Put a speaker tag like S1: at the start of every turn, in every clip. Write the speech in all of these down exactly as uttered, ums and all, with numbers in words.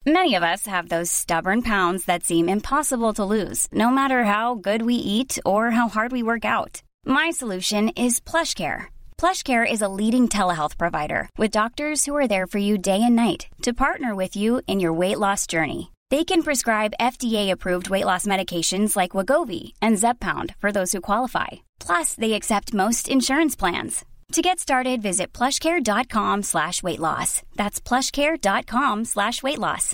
S1: Many of us have those stubborn pounds that seem impossible to lose, no matter how good we eat or how hard we work out. My solution is PlushCare. PlushCare is a leading telehealth provider with doctors who are there for you day and night to partner with you in your weight loss journey. They can prescribe F D A-approved weight loss medications like Wegovy and Zepbound for those who qualify. Plus, they accept most insurance plans. To get started, visit plushcare.com slash weight loss. That's plushcare.com slash weight loss.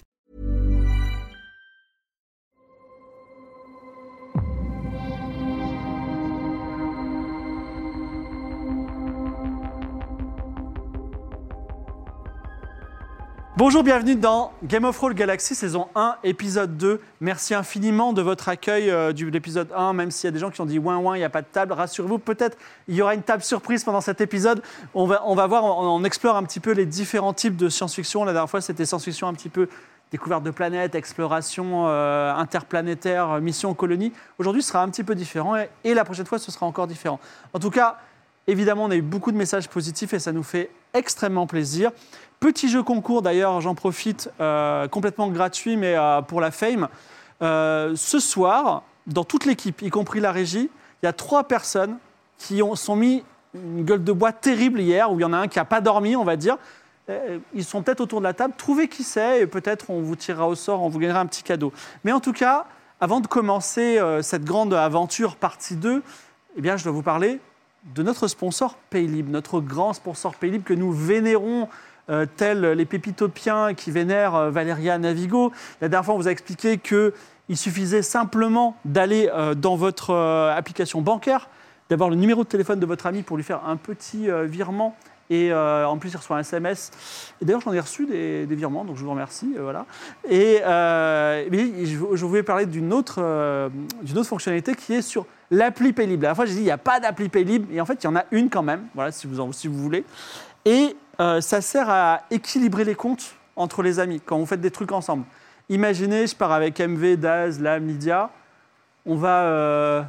S2: Bonjour, bienvenue dans Game of Thrones Galaxy, saison un, épisode deux. Merci infiniment de votre accueil euh, de l'épisode un, même s'il y a des gens qui ont dit « ouin ouin, il n'y a pas de table ». Rassurez-vous, peut-être il y aura une table surprise pendant cet épisode. On va, on va voir, on, on explore un petit peu les différents types de science-fiction. La dernière fois, c'était science-fiction un petit peu découverte de planètes, exploration euh, interplanétaire, mission colonie. Aujourd'hui, ce sera un petit peu différent et, et la prochaine fois, ce sera encore différent. En tout cas, évidemment, on a eu beaucoup de messages positifs et ça nous fait extrêmement plaisir. Petit jeu concours, d'ailleurs, j'en profite, euh, complètement gratuit, mais euh, pour la fame. Euh, ce soir, dans toute l'équipe, y compris la régie, il y a trois personnes qui ont sont mis une gueule de bois terrible hier, où il y en a un qui n'a pas dormi, on va dire. Euh, ils sont peut-être autour de la table. Trouvez qui c'est et peut-être on vous tirera au sort, on vous gagnera un petit cadeau. Mais en tout cas, avant de commencer euh, cette grande aventure partie deux, eh bien, je dois vous parler de notre sponsor Paylib, notre grand sponsor Paylib que nous vénérons, Euh, tels les pépitopiens qui vénèrent euh, Valeria Navigo. La dernière fois, on vous a expliqué qu'il suffisait simplement d'aller euh, dans votre euh, application bancaire, d'avoir le numéro de téléphone de votre ami pour lui faire un petit euh, virement. Et euh, en plus, il reçoit un S M S. Et d'ailleurs, j'en ai reçu des, des virements, donc je vous remercie. Euh, voilà. Et euh, mais je, je voulais parler d'une autre, euh, d'une autre fonctionnalité qui est sur l'appli Paylib. La dernière fois, j'ai dit qu'il n'y a pas d'appli Paylib. Et en fait, il y en a une quand même, voilà, si vous, en, si vous voulez. Et euh, ça sert à équilibrer les comptes entre les amis quand vous faites des trucs ensemble. Imaginez, je pars avec M V, Daz, Lam, Lydia. On va, euh,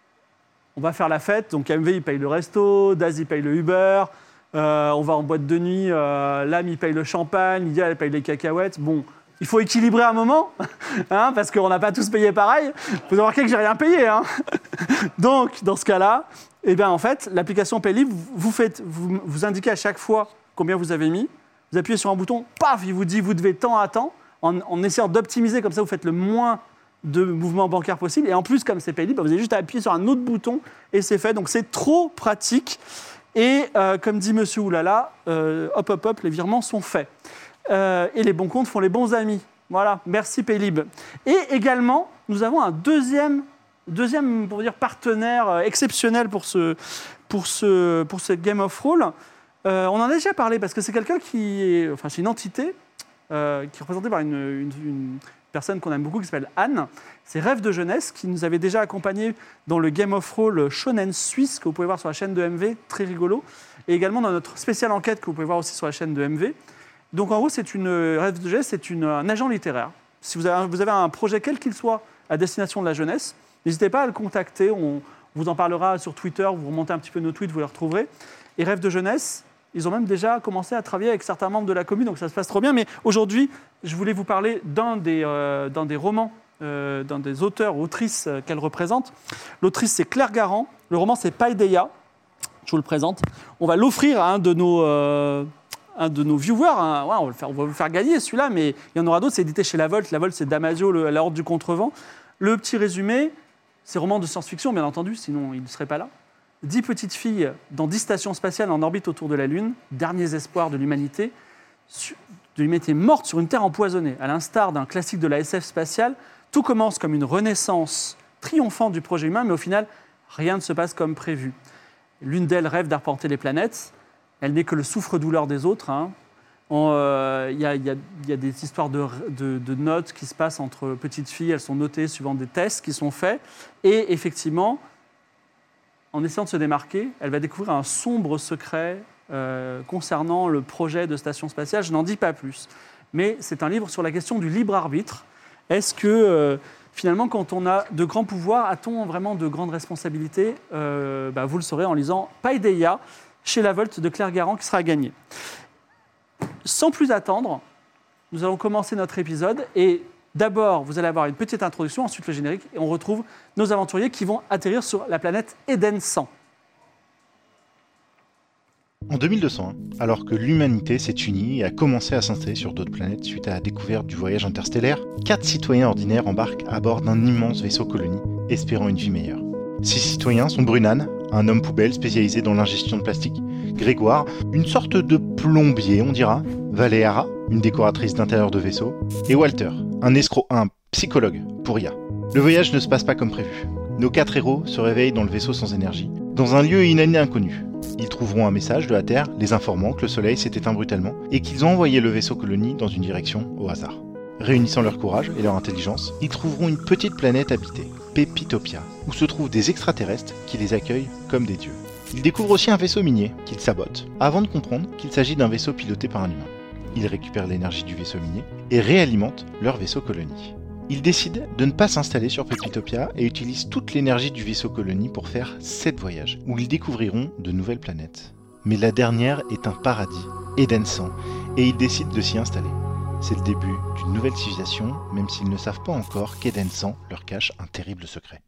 S2: on va faire la fête. Donc M V, il paye le resto. Daz, il paye le Uber. Euh, on va en boîte de nuit. Euh, Lam, il paye le champagne. Lydia, elle paye les cacahuètes. Bon, il faut équilibrer un moment, hein, parce qu'on n'a pas tous payé pareil. Il faut remarquer que j'ai rien payé. Hein. Donc, dans ce cas-là, eh bien, en fait, l'application Paylib, vous, faites, vous, vous indiquez à chaque fois combien vous avez mis. Vous appuyez sur un bouton, paf, il vous dit vous devez tant à tant, en, en essayant d'optimiser, comme ça vous faites le moins de mouvements bancaires possible. Et en plus, comme c'est Paylib, vous avez juste à appuyer sur un autre bouton et c'est fait. Donc c'est trop pratique. Et euh, comme dit Monsieur Oulala, euh, hop, hop, hop, les virements sont faits. Euh, et les bons comptes font les bons amis. Voilà, merci Paylib. Et également, nous avons un deuxième, deuxième pour dire, partenaire exceptionnel pour ce, pour ce, pour ce Game of Thrones. Euh, on en a déjà parlé parce que c'est quelqu'un qui est, enfin c'est une entité euh, qui est représentée par une, une, une personne qu'on aime beaucoup qui s'appelle Anne. C'est Rêve de jeunesse qui nous avait déjà accompagnés dans le Game of Thrones Shonen Suisse que vous pouvez voir sur la chaîne de M V, très rigolo, et également dans notre spéciale enquête que vous pouvez voir aussi sur la chaîne de M V. Donc en gros, c'est une Rêve de jeunesse, c'est une, un agent littéraire. Si vous avez, vous avez un projet quel qu'il soit à destination de la jeunesse, n'hésitez pas à le contacter. On vous en parlera sur Twitter. Vous remontez un petit peu nos tweets, vous les retrouverez. Et Rêve de jeunesse, ils ont même déjà commencé à travailler avec certains membres de la commune, donc ça se passe trop bien. Mais aujourd'hui, je voulais vous parler d'un des, euh, d'un des romans, euh, d'un des auteurs ou autrices euh, qu'elle représente. L'autrice, c'est Claire Garand. Le roman, c'est Paideia. Je vous le présente. On va l'offrir à un de nos, euh, un de nos viewers. Hein. Ouais, on, va le faire, on va vous le faire gagner, celui-là, mais il y en aura d'autres. C'est édité chez La Volte. La Volte, c'est Damasio, le, la Horde du Contrevent. Le petit résumé, c'est roman de science-fiction, bien entendu, sinon il ne serait pas là. Dix petites filles dans dix stations spatiales en orbite autour de la Lune, derniers espoirs de l'humanité, de l'humanité morte sur une Terre empoisonnée. À l'instar d'un classique de la S F spatiale, tout commence comme une renaissance triomphante du projet humain, mais au final, rien ne se passe comme prévu. L'une d'elles rêve d'arpenter les planètes. Elle n'est que le souffre-douleur des autres. Hein. Il euh, y, y, y a des histoires de, de, de notes qui se passent entre petites filles. Elles sont notées suivant des tests qui sont faits. Et effectivement, en essayant de se démarquer, elle va découvrir un sombre secret euh, concernant le projet de station spatiale. Je n'en dis pas plus. Mais c'est un livre sur la question du libre arbitre. Est-ce que, euh, finalement, quand on a de grands pouvoirs, a-t-on vraiment de grandes responsabilités ? euh, bah, Vous le saurez en lisant Paideia, chez La Volte de Claire Garand, qui sera à gagner. Sans plus attendre, nous allons commencer notre épisode et d'abord, vous allez avoir une petite introduction, ensuite le générique et on retrouve nos aventuriers qui vont atterrir sur la planète Eden cent.
S3: En deux mille deux cent un, alors que l'humanité s'est unie et a commencé à s'installer sur d'autres planètes suite à la découverte du voyage interstellaire, quatre citoyens ordinaires embarquent à bord d'un immense vaisseau colonie, espérant une vie meilleure. Ces citoyens sont Brunan, un homme poubelle spécialisé dans l'ingestion de plastique, Grégoire, une sorte de plombier on dira, Valéara, une décoratrice d'intérieur de vaisseau, et Walter, un escroc, un psychologue pour I A. Le voyage ne se passe pas comme prévu. Nos quatre héros se réveillent dans le vaisseau sans énergie, dans un lieu inanimé inconnu. Ils trouveront un message de la Terre les informant que le soleil s'est éteint brutalement et qu'ils ont envoyé le vaisseau colonie dans une direction au hasard. Réunissant leur courage et leur intelligence, ils trouveront une petite planète habitée, Pépitopia, où se trouvent des extraterrestres qui les accueillent comme des dieux. Ils découvrent aussi un vaisseau minier qu'ils sabotent, avant de comprendre qu'il s'agit d'un vaisseau piloté par un humain. Ils récupèrent l'énergie du vaisseau minier et réalimentent leur vaisseau colonie. Ils décident de ne pas s'installer sur Pépitopia et utilisent toute l'énergie du vaisseau colonie pour faire sept voyages, où ils découvriront de nouvelles planètes. Mais la dernière est un paradis, Eden cent, et ils décident de s'y installer. C'est le début d'une nouvelle civilisation, même s'ils ne savent pas encore qu'Eden cent leur cache un terrible secret.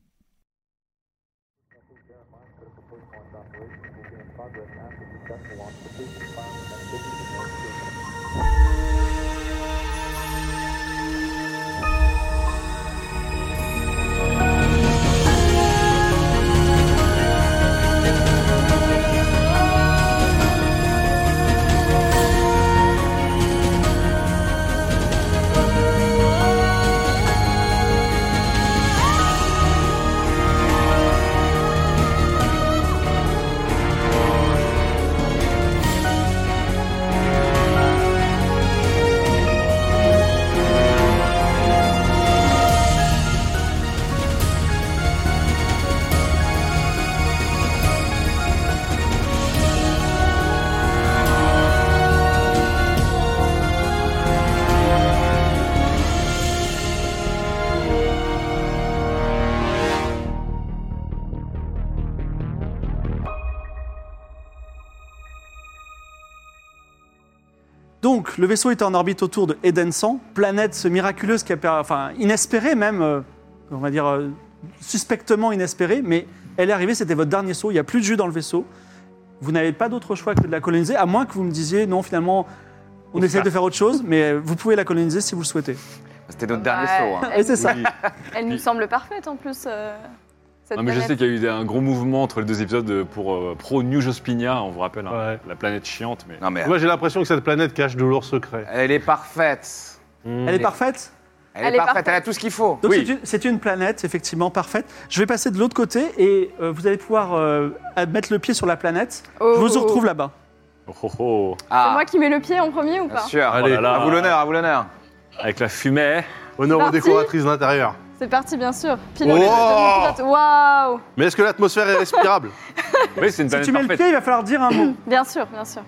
S2: Donc, le vaisseau était en orbite autour de Eden cent, planète miraculeuse, qui a, enfin inespérée même, euh, on va dire euh, suspectement inespérée, mais elle est arrivée, c'était votre dernier saut, il n'y a plus de jus dans le vaisseau. Vous n'avez pas d'autre choix que de la coloniser, à moins que vous me disiez, non, finalement, on essaie de faire autre chose, mais vous pouvez la coloniser si vous le souhaitez.
S4: C'était notre dernier
S5: Ouais.
S4: saut. Hein.
S2: Et c'est ça.
S5: Elle, elle nous semble parfaite en plus. euh, cette
S6: Non, mais je
S5: planète.
S6: sais qu'il y a eu des- un gros mouvement entre les deux épisodes pour euh, pro New Jospina, on vous rappelle, hein,
S7: Ouais.
S6: la planète chiante. Mais...
S4: Non mais
S7: Moi, j'ai l'impression que cette planète cache de lourds secrets.
S4: elle est parfaite.
S2: Elle est parfaite.
S4: Elle,
S5: Elle
S4: est
S5: est
S4: parfaite,
S5: parfaite.
S4: elle a tout ce qu'il faut.
S2: Donc
S6: Oui.
S2: c'est, une, c'est une planète, effectivement, parfaite. Je vais passer de l'autre côté et euh, vous allez pouvoir euh, mettre le pied sur la planète.
S5: Oh,
S2: Je vous
S5: oh, oh.
S2: retrouve là-bas.
S6: Oh, oh, oh.
S5: C'est
S4: Ah,
S5: moi qui mets le pied en premier ou
S4: bien
S5: pas?
S4: sûr.
S7: Allez.
S6: Oh là là.
S4: À vous l'honneur, à vous l'honneur.
S6: Avec la fumée.
S7: Honneur aux
S5: Parti.
S7: décoratrices d'intérieur.
S5: C'est parti, bien sûr. Pilote
S7: Oh
S5: de mon pilote. Waouh!
S7: Mais est-ce que l'atmosphère est respirable?
S6: Oui, c'est une
S2: Si
S6: planète
S2: tu mets le
S6: parfaite.
S2: pied, il va falloir dire un mot.
S5: Bien sûr, bien sûr.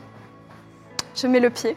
S5: Je mets le pied.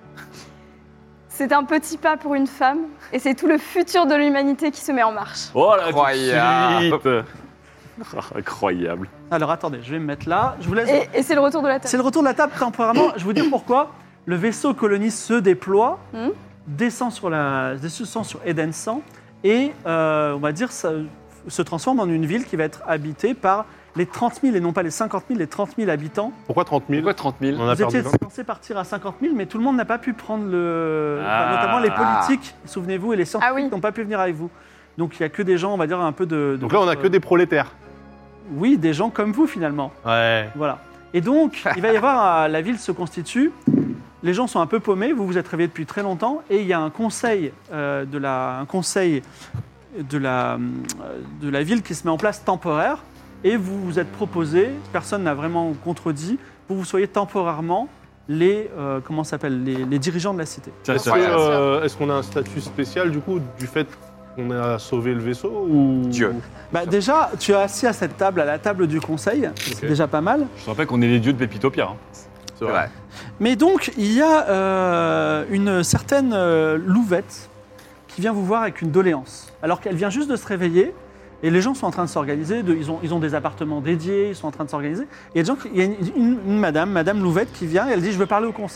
S5: C'est un petit pas pour une femme et c'est tout le futur de l'humanité qui se met en marche.
S6: Oh là, tout de
S4: Incroyable.
S6: suite. Incroyable.
S2: Alors attendez, je vais me mettre là. Je vous laisse.
S5: Et, et c'est le retour de la
S2: C'est
S5: Terre.
S2: le retour de la table temporairement. Je vais vous dire pourquoi. Le vaisseau colonie se déploie,
S5: Hmm.
S2: descend, sur la, descend sur Eden cent et, euh, on va dire, ça, se transforme en une ville qui va être habitée par les trente mille et non pas les cinquante mille, les trente mille habitants.
S7: Pourquoi trente mille?
S6: Pourquoi trente mille?
S7: On en a
S2: Vous étiez
S7: perdu vingt.
S2: censé partir à cinquante mille, mais tout le monde n'a pas pu prendre le.
S6: Ah.
S2: enfin, notamment les
S4: Ah.
S2: politiques, souvenez-vous, et les scientifiques
S5: Ah oui.
S2: n'ont pas pu venir avec vous. Donc il n'y a que des gens, on va dire, un peu de. de
S7: Donc là, on a
S2: votre-
S7: que des prolétaires.
S2: Oui, des gens comme vous finalement.
S7: Ouais.
S2: Voilà. Et donc, il va y avoir, euh, la ville se constitue, les gens sont un peu paumés, vous vous êtes réveillés depuis très longtemps, et il y a un conseil, euh, de, la, un conseil de, la, euh, de la ville qui se met en place temporaire, et vous vous êtes proposé, personne n'a vraiment contredit, pour que vous soyez temporairement les, euh, comment ça s'appelle, les, les dirigeants de la cité.
S6: Tiens,
S7: Est-ce
S6: tiens,
S7: que,
S6: tiens.
S7: euh, est-ce qu'on a un statut spécial du coup du fait qu'on a sauvé le vaisseau ou
S4: Dieu.
S2: Bah, déjà, tu es assis à cette table, à la table du conseil, c'est
S7: Ok.
S2: déjà pas mal.
S6: Je te rappelle qu'on est les dieux de Pépitopia. hein.
S7: C'est
S4: C'est
S7: vrai.
S4: vrai.
S2: Mais donc, il y a euh, une certaine euh, Louvette qui vient vous voir avec une doléance. Alors qu'elle vient juste de se réveiller, et les gens sont en train de s'organiser, de- ils, ont, ils ont des appartements dédiés, ils sont en train de s'organiser. Et il y a, des gens qui- il y a une, une- une madame, Madame Louvette, qui vient, et elle dit « Je veux parler au conseil ».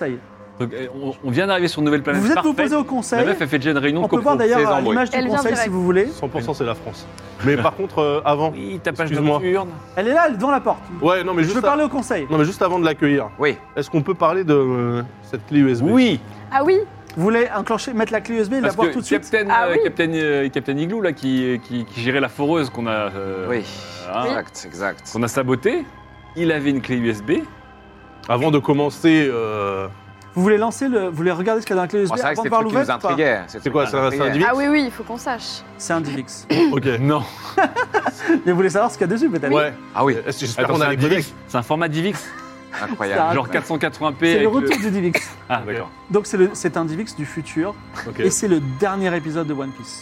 S6: Donc, eh, on, on vient d'arriver sur une nouvelle planète
S2: Vous êtes
S6: parfaite.
S2: proposé au
S6: La
S2: conseil.
S6: meuf, elle fait déjà une réunion
S2: On
S6: de
S2: peut voir
S6: copro.
S2: d'ailleurs
S4: c'est
S2: euh,
S4: embrouilles.
S2: l'image du
S5: Elle vient
S2: conseil
S5: direct.
S2: si vous voulez.
S7: cent pour cent c'est la France. Mais par contre, euh, avant.
S6: Oui, tapage
S7: Excuse-moi.
S6: nocturne.
S2: Elle est là, elle est devant la porte.
S7: Ouais, non mais
S2: Je
S7: juste.
S2: veux
S7: à-
S2: parler au conseil.
S7: Non mais juste avant de l'accueillir.
S4: Oui.
S7: Est-ce qu'on peut parler de euh, cette clé U S B?
S6: Oui,
S5: Ah oui,
S2: Vous voulez enclencher, mettre la clé U S B et la
S6: parce
S2: voir
S6: que
S2: tout de suite.
S6: Captain,
S5: Ah
S6: euh,
S5: oui.
S6: Captain, euh, Captain Igloo, là, qui, qui, qui gérait la foreuse qu'on a, euh,
S4: Oui.
S6: hein,
S4: Exact, exact.
S6: qu'on a sabotée, il avait une clé U S B.
S7: Avant de commencer. euh,
S2: Vous voulez lancer le, vous voulez regarder ce qu'il y a dans la clé U S B
S4: Bon, c'est vrai que
S2: avant
S4: c'est
S2: de voir
S4: le truc qui nous
S2: l'ouverte ou pas?
S4: intriguait.
S7: C'est quoi, ça- c'est un divi-
S5: ah oui, oui, il faut qu'on sache.
S2: C'est un Divix.
S7: Ok.
S6: Non,
S2: Mais vous voulez savoir ce qu'il y a dessus peut-être?
S7: Ouais.
S4: Ah oui,
S7: Est-ce que J'espère
S6: attends,
S7: qu'on
S6: c'est
S7: a
S6: un
S7: les
S6: Divix.
S7: connects.
S6: C'est un format Divix.
S4: incroyable.
S6: Genre quatre cent quatre-vingts p.
S2: C'est le
S6: avec
S2: retour du Divix.
S6: Ah, d'accord.
S2: Donc c'est le- c'est un Divix du futur
S7: Ok.
S2: et c'est le dernier épisode de One Piece.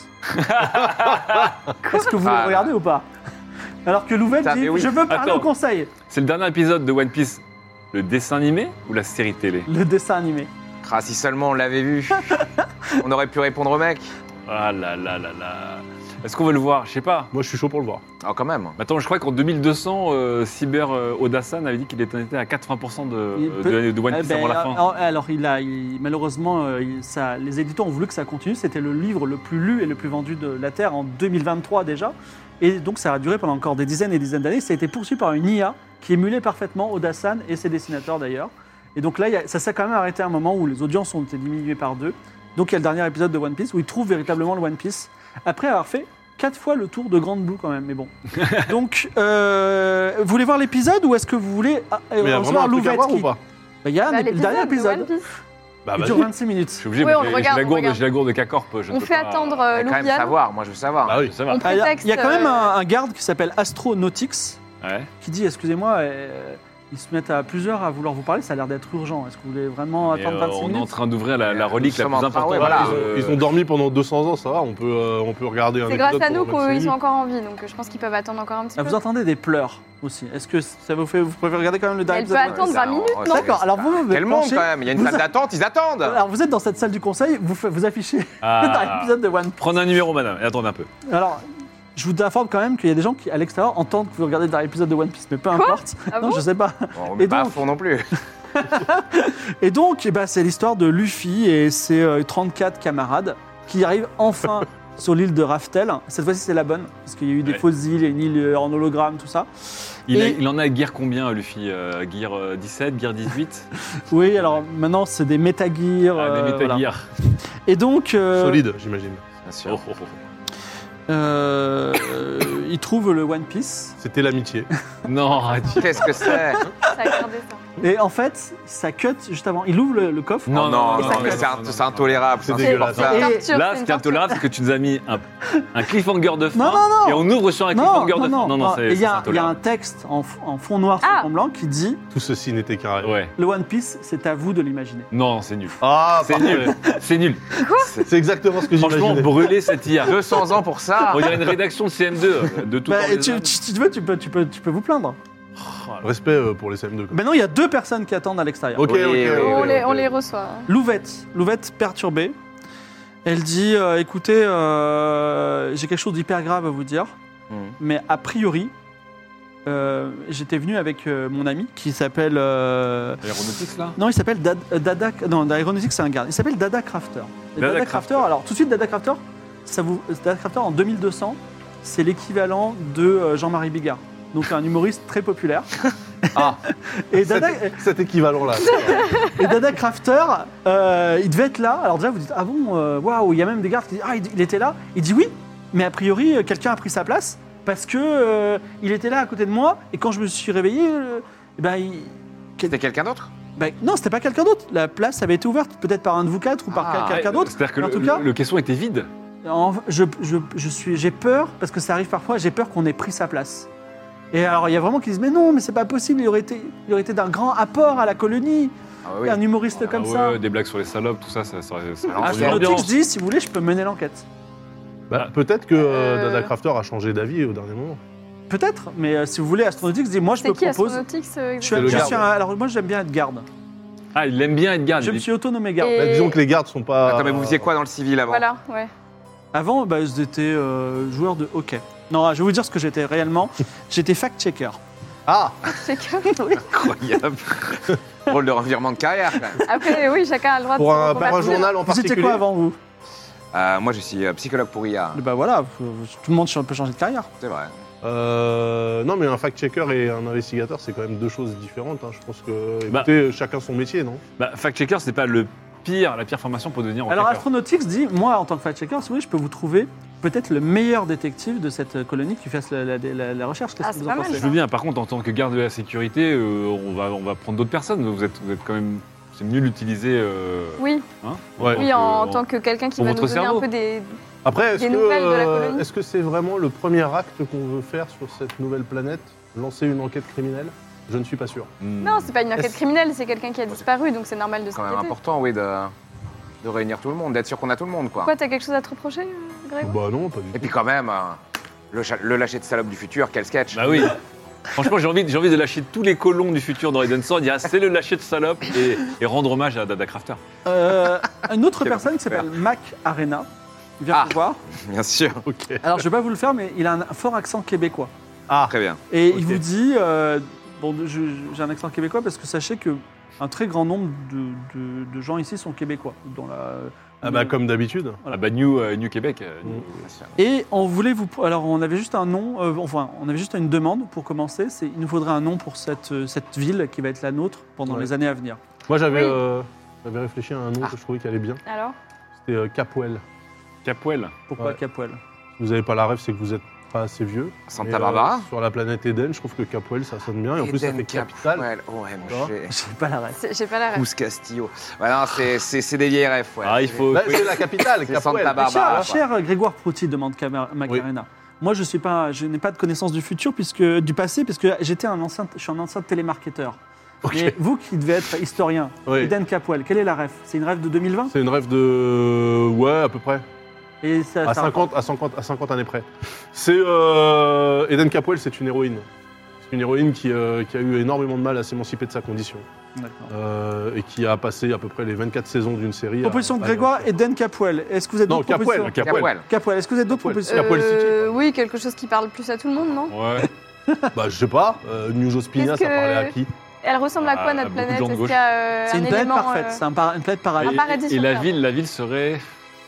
S2: Est-ce que vous
S4: Ah,
S2: le regardez ou pas? Alors que Louvel
S4: Ça,
S2: dit
S4: mais oui.
S2: je veux parler
S6: Attends.
S2: au conseil.
S6: C'est le dernier épisode de One Piece. Le dessin animé ou la série télé?
S2: Le dessin animé.
S4: Ah, si seulement on l'avait vu, on aurait pu répondre au mec.
S6: Ah là là là là. Est-ce qu'on veut le voir? Je sais pas.
S7: Moi je suis chaud pour le voir.
S4: Ah, quand même.
S6: Attends, je crois qu'en deux mille deux cents, euh, Cyber euh, Oda-san avait dit qu'il était à quatre-vingts pour cent de,
S2: Il
S6: euh,
S2: peut-
S6: de, de One
S2: Eh
S6: Piece
S2: ben,
S6: avant la fin.
S2: alors, alors, il a, il- malheureusement, euh, il- ça, les éditeurs ont voulu que ça continue. C'était le livre le plus lu et le plus vendu de la Terre en deux mille vingt-trois déjà. Et donc ça a duré pendant encore des dizaines et des dizaines d'années. Ça a été poursuivi par une I A qui émulait parfaitement Oda-san et ses dessinateurs d'ailleurs. Et donc là, il y a- ça s'est quand même arrêté à un moment où les audiences ont été diminuées par deux. Donc il y a le dernier épisode de One Piece où il trouve véritablement le One Piece après avoir fait quatre fois le tour de Grande Blue quand même. Mais bon. Donc, euh, vous voulez voir l'épisode ou est-ce que vous voulez ah,
S7: Mais il y a
S2: recevoir
S7: vraiment un truc à
S2: Louvette
S7: voir
S2: qui-
S7: ou pas?
S2: Bah, il y a un-
S5: Bah,
S2: le dernier
S5: de
S2: épisode.
S5: One Piece.
S7: Bah
S2: Il dure
S7: vas-y.
S2: vingt-six minutes.
S6: Je suis obligé,
S5: Oui,
S6: moi,
S5: on le
S6: j'ai-
S5: regarde,
S6: j'ai la
S5: on
S6: gourde,
S5: regarde.
S6: j'ai la gourde de K-Corp. je ne
S5: On
S6: peux
S5: fait
S6: pas-
S5: attendre
S4: On va
S5: euh,
S4: quand même
S5: Louviane.
S4: savoir, moi je veux savoir.
S7: Ah oui.
S6: Ça va.
S5: On
S2: Ah, Il y, a-
S5: prétexte.
S2: il y a quand même
S5: euh,
S2: un, un garde qui s'appelle Astronautics
S6: Ouais.
S2: qui dit excusez-moi, euh, ils se mettent à plusieurs à vouloir vous parler, ça a l'air d'être urgent. Est-ce que vous voulez vraiment
S6: Et,
S2: attendre
S6: euh,
S2: vingt-six
S6: on est en
S2: minutes
S6: train d'ouvrir la, la
S4: Nous
S6: relique la
S4: sommes
S6: plus
S4: en train-
S6: importante.
S4: ouais, voilà.
S7: Ils, ont,
S6: euh,
S7: ils ont dormi pendant deux cents ans, ça va, on peut, euh, on peut regarder un
S5: C'est grâce
S7: épisode
S5: à nous
S7: pendant vingt-six
S5: qu'ils sont
S7: minutes.
S5: encore en vie, donc euh, je pense qu'ils peuvent attendre encore un petit
S2: Ah,
S5: peu.
S2: vous entendez des pleurs aussi. Est-ce que ça vous fait, vous préférez regarder quand même le dernier
S5: Elle peut
S2: épisode
S5: attendre
S4: Ça,
S5: vingt
S4: on-
S5: minutes,
S4: on-
S5: non
S2: D'accord, alors vous, vous
S4: Quel monde
S2: penchez-
S4: quand même. Il y a une
S2: vous
S4: salle
S2: a-
S4: d'attente, ils attendent.
S2: Alors vous êtes dans cette salle du conseil, vous, fa- vous affichez
S6: Ah.
S2: le dernier épisode de One Piece.
S6: Prenez un numéro, madame, et attendez un peu.
S2: Alors, je vous informe quand même qu'il y a des gens qui, à l'extérieur, entendent que vous regardez le dernier épisode de One Piece, mais peu importe.
S5: Ah
S2: non,
S5: bon
S2: je sais pas.
S4: Bon, on
S2: Et
S4: met pas à
S2: donc-
S4: fond non plus.
S2: Et donc, eh ben, c'est l'histoire de Luffy et ses euh, trente-quatre camarades qui arrivent enfin sur l'île de Raftel. Cette fois-ci, c'est la bonne, parce qu'il y a eu des
S6: Ouais.
S2: fausses îles et une île euh, en hologramme, tout ça.
S6: Il, a-
S2: Et-
S6: il en a gear combien, Luffy euh, Gear euh, dix-sept, Gear dix-huit
S2: Oui, alors maintenant, c'est des métagears.
S6: Ah,
S2: euh,
S6: des
S2: voilà.
S6: méta-gear.
S2: Et donc, euh,
S7: Solide, j'imagine.
S4: Bien sûr.
S6: Oh, oh, oh.
S2: euh, euh, ils trouvent le One Piece.
S7: C'était l'amitié.
S6: Non, arrête.
S4: Qu'est-ce que c'est?
S5: Ça a gardé ça.
S2: Et en fait, ça cut juste avant. Il ouvre le, le coffre.
S6: Non,
S4: Oh non,
S6: non,
S4: non,
S2: non,
S4: mais
S2: non,
S4: c'est
S6: non,
S4: int-
S6: non,
S4: c'est
S6: non.
S4: intolérable.
S7: C'est
S4: c'est
S7: dégueulasse.
S4: insupportable.
S2: Et-
S5: Torture, c'est
S6: Là,
S5: une
S6: ce qui est
S5: torture.
S6: intolérable, c'est que tu nous as mis un, un cliffhanger de fin
S2: Non, non, non.
S6: et on ouvre sur un
S2: Non,
S6: cliffhanger
S2: non,
S6: de fin.
S2: non,
S6: Non, non,
S2: non.
S6: c'est
S2: Et il y,
S6: c'est
S2: a- il y a un
S6: intolérable.
S2: texte en, f- en fond noir sur
S5: Ah.
S2: fond blanc qui dit
S7: Tout ceci n'était qu'un rêve.
S6: Ouais.
S2: le One Piece, c'est à vous de l'imaginer.
S6: Non, c'est nul.
S7: Ah,
S6: C'est
S7: parfait.
S6: nul. C'est nul.
S7: C'est exactement ce que
S6: Franchement,
S7: j'imaginais.
S6: brûler cette I A.
S4: deux cents ans pour ça.
S6: On dirait une rédaction de C M deux euh, de tout
S2: Bah,
S6: temps.
S2: et
S6: les
S2: tu,
S6: âmes.
S2: tu- tu veux, tu peux, tu, peux, tu peux vous plaindre.
S7: Respect euh, pour les C M deux. quoi.
S2: Maintenant, il y a deux personnes qui attendent à l'extérieur.
S7: Ok,
S4: Oui,
S7: ok.
S4: oui,
S7: ok,
S5: on,
S7: ok.
S5: les, on les reçoit. hein.
S2: Louvette, Louvette perturbée. Elle dit euh, écoutez, euh, j'ai quelque chose d'hyper grave à vous dire,
S4: Mhm.
S2: mais a priori, euh, j'étais venu avec euh, mon ami qui s'appelle. euh,
S6: Aéronautics, là
S2: Non, il s'appelle Dad- euh, Dada. Non, Aeronautics, c'est un garde. Il s'appelle Dada Crafter. Et
S6: Dada
S2: Dada
S6: Crafter.
S2: Crafter. Alors, tout de suite, Dada Crafter, ça vous, Dada Crafter en deux mille deux cents, c'est l'équivalent de euh, Jean-Marie Bigard. Donc, un humoriste très populaire.
S4: Ah.
S2: Et Dada,
S7: Cet, cet équivalent-là.
S2: et Dada Crafter, euh, il devait être là. Alors, déjà, vous dites ah bon, euh, waouh, il y a même des gardes qui disent ah, il, il était là. Il dit oui, mais a priori, euh, quelqu'un a pris sa place parce que euh, il était là à côté de moi. Et quand je me suis réveillé, euh, eh ben, il-
S4: C'était quelqu'un d'autre?
S2: ben, non, c'était pas quelqu'un d'autre. La place avait été ouverte, peut-être par un de vous quatre ou par
S4: Ah,
S2: quelqu'un d'autre.
S6: C'est-à-dire que
S2: En
S6: le,
S2: tout cas-
S6: le, le caisson était vide.
S2: En- je, je, je suis, j'ai peur, parce que ça arrive parfois, j'ai peur qu'on ait pris sa place. Et alors, il y a vraiment qui disent, mais non, mais c'est pas possible, il aurait été, il aurait été d'un grand apport à la colonie,
S4: Ah oui.
S2: un humoriste comme
S6: Ah
S2: ça.
S6: ouais, des blagues sur les salopes, tout ça, ça, ça, ça
S4: Ah,
S6: rend
S4: c'est
S6: une
S2: Astronautics
S6: ambiance.
S2: dit, si vous voulez, je peux mener l'enquête.
S7: Bah, peut-être que euh,
S5: Euh.
S7: Dada Crafter a changé d'avis au dernier moment.
S2: Peut-être, mais euh, si vous voulez, Astronautics dit, moi je
S5: C'est
S2: me
S5: qui
S2: propose.
S5: Astronautics euh,
S2: Je suis,
S7: C'est le
S2: je
S7: garde.
S2: suis un- alors moi j'aime bien être garde.
S6: Ah, il aime bien être garde.
S2: Je me
S6: il-
S2: suis autonommé garde.
S5: Et-
S7: Bah, disons que les gardes sont pas.
S4: Attends, mais vous faisiez quoi dans le civil avant?
S5: Voilà, ouais.
S2: Avant, bah, j'étais euh, joueur de hockey. Non, je vais vous dire ce que j'étais réellement. J'étais fact-checker.
S7: Ah
S5: C'est que.
S4: Incroyable. Drôle de revirement de carrière, quand même.
S5: Après, oui, chacun a le droit
S7: Pour
S5: de se
S7: un, par un
S5: reconvertir.
S7: journal en
S2: Vous
S7: particulier.
S2: étiez quoi avant, vous?
S4: Euh, moi, je suis euh, psychologue pour I A.
S2: Bah voilà, faut- tout le monde peut changer de carrière.
S4: C'est vrai.
S7: Euh, non, mais un fact-checker et un investigateur, c'est quand même deux choses différentes. hein. Je pense que,
S6: Bah.
S7: écoutez, chacun son métier, non?
S6: Bah, fact-checker, c'est pas le pire, la pire formation pour devenir
S2: Alors
S6: enquêteur.
S2: Astronautics dit, moi en tant que fact-checker, si vous voulez, je peux vous trouver peut-être le meilleur détective de cette colonie qui fasse la, la- la- la recherche. Qu'est-ce
S5: Ah,
S2: que
S5: c'est
S2: vous en
S5: pas mal,
S2: pensez?
S6: Je veux bien, par contre, en tant que garde de la sécurité, euh, on, va, on va prendre d'autres personnes. Vous êtes, vous êtes quand même. C'est mieux l'utiliser. Euh,
S5: Oui,
S6: hein,
S7: Ouais.
S5: oui,
S6: que-
S5: en tant que quelqu'un qui
S6: pour
S5: va nous
S6: votre
S5: donner
S6: cerveau.
S5: un peu des...
S7: Après, est-ce
S5: Des
S7: que
S5: nouvelles de la
S7: euh,
S5: colonie
S7: est-ce que c'est vraiment le premier acte qu'on veut faire sur cette nouvelle planète? Lancer une enquête criminelle? Je ne suis pas sûr.
S6: Hmm.
S5: Non, c'est pas une enquête
S7: Est-ce-
S5: criminelle, c'est quelqu'un qui a disparu, donc c'est normal de
S4: C'est quand même
S5: s'inquiéter.
S4: important, oui, de, de réunir tout le monde, d'être sûr qu'on a tout le monde, quoi.
S5: Pourquoi, t'as quelque chose à te reprocher, euh, Grégoire?
S7: Bah non, pas du
S4: Et
S7: tout.
S4: puis quand même, euh, le, cha- le lâcher de salope du futur, quel sketch.
S6: Bah oui. Franchement, j'ai envie, j'ai envie de lâcher tous les colons du futur dans Eden Sword, dire ah, c'est le lâcher de salope et, et rendre hommage à Dada Crafter.
S2: Euh, une autre
S4: Quel
S2: personne qui
S4: super.
S2: s'appelle Mac Arena vient
S4: Ah.
S2: vous voir.
S4: Bien sûr.
S7: Ok.
S2: Alors je vais pas vous le faire, mais il a un fort accent québécois.
S7: Ah,
S4: Très bien.
S2: Et
S7: Ok.
S2: il vous dit, euh, bon, je- j'ai un accent québécois parce que sachez que un très grand nombre de, de- de gens ici sont québécois. Dans la,
S7: ah bah comme d'habitude.
S6: Ah bah New, euh, New Québec. euh,
S7: Mm.
S6: New-
S2: Et on voulait vous, alors on avait juste un nom, euh, enfin on avait juste une demande pour commencer. C'est il nous faudrait un nom pour cette euh, cette ville qui va être la nôtre pendant
S7: Ouais.
S2: les années à venir.
S7: Moi, j'avais
S5: Oui.
S7: euh, j'avais réfléchi à un nom
S4: Ah.
S7: que je trouvais qui allait bien.
S5: Alors
S7: C'était euh, Capwell.
S6: Capwell.
S2: Pourquoi
S7: Ouais.
S2: Capwell?
S7: Si vous n'avez pas la rêve, c'est que vous êtes pas assez vieux.
S4: Santa
S7: Mais, euh,
S4: Barbara.
S7: sur la planète Eden, je trouve que Capwell, ça sonne bien. Et en plus, ça
S4: Eden
S7: fait capitale.
S4: Capwell. Ouais,
S7: Tu vois
S4: mon cher.
S2: J'ai pas la rêve.
S5: C'est- J'ai pas la rêve.
S4: Pouce Castillo. Ouais, non, c'est- c'est c'est des vieilles rêves, ouais.
S6: Ah, il faut.
S7: Bah, c'est la capitale,
S4: C'est
S7: Capwell.
S4: Santa Barbara.
S2: Cher,
S4: quoi.
S2: cher Grégoire Prouty, demande Camar- Macarena. Moi, je suis pas, je n'ai pas de connaissance du futur puisque du passé, puisque j'étais un ancien, je suis un ancien télémarketeur.
S7: Ok.
S2: Mais vous qui devez être historien,
S7: Oui.
S2: Eden Capwell, quelle est la rêve? C'est une rêve de deux mille vingt
S7: C'est une rêve de. Ouais, à peu près.
S2: Et ça,
S7: À
S2: ça-
S7: cinquante, à cinquante, à cinquante années près. C'est. Euh... Eden Capwell, c'est une héroïne. C'est une héroïne qui, euh, qui a eu énormément de mal à s'émanciper de sa condition.
S2: D'accord.
S7: Euh, et qui a passé à peu près les vingt-quatre saisons d'une série. à-
S2: Proposition de
S7: à-
S2: Grégoire, Eden Capwell. Est-ce que vous êtes
S7: Non,
S2: d'autres
S7: Capwell.
S2: propositions
S6: Capwell.
S4: Capwell.
S2: Capwell. Est-ce que vous êtes d'autres
S7: Capwell.
S2: propositions
S7: Capwell City,
S5: Euh,
S7: quoi.
S5: oui, quelque chose qui parle plus à tout le monde, non
S6: Ouais.
S7: Bah, je sais pas. Euh, New Jospina,
S5: Qu'est-ce
S7: ça parlait à
S5: que-
S7: qui?
S5: Elle ressemble à quoi,
S6: Ah,
S5: notre
S6: beaucoup de
S5: planète
S6: gens de
S5: Est-ce
S6: gauche.
S5: qu'il y a euh,
S2: C'est
S5: un
S2: une planète
S5: élément,
S2: parfaite.
S5: euh,
S2: C'est un par- une planète pareille.
S5: Un paradis
S6: Et, et
S5: sur
S6: la
S5: Terre.
S6: ville, la ville serait.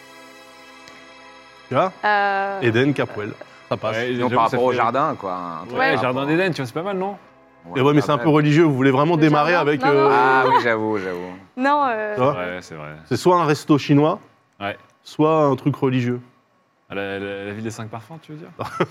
S7: Tu vois
S5: euh,
S7: Eden Capwell. Ça passe.
S6: Ouais,
S4: Non,
S6: j'avoue,
S4: par
S6: ça
S4: rapport au
S6: fait-
S4: jardin, quoi. un truc
S6: Ouais,
S4: par
S6: Jardin
S4: rapport-
S6: d'Éden, tu vois, c'est pas mal, non
S7: Et ouais, mais c'est un peu
S4: quand même.
S7: religieux. Vous voulez vraiment
S5: Le
S7: démarrer
S5: jardin
S7: avec.
S5: Non,
S7: euh,
S5: non.
S4: Ah oui, j'avoue, j'avoue.
S5: Non, euh,
S7: tu vois
S6: Ouais, c'est vrai.
S7: C'est soit un resto chinois,
S6: Ouais.
S7: soit un truc religieux.
S6: Ah, La, la- la ville des cinq parfums, tu veux dire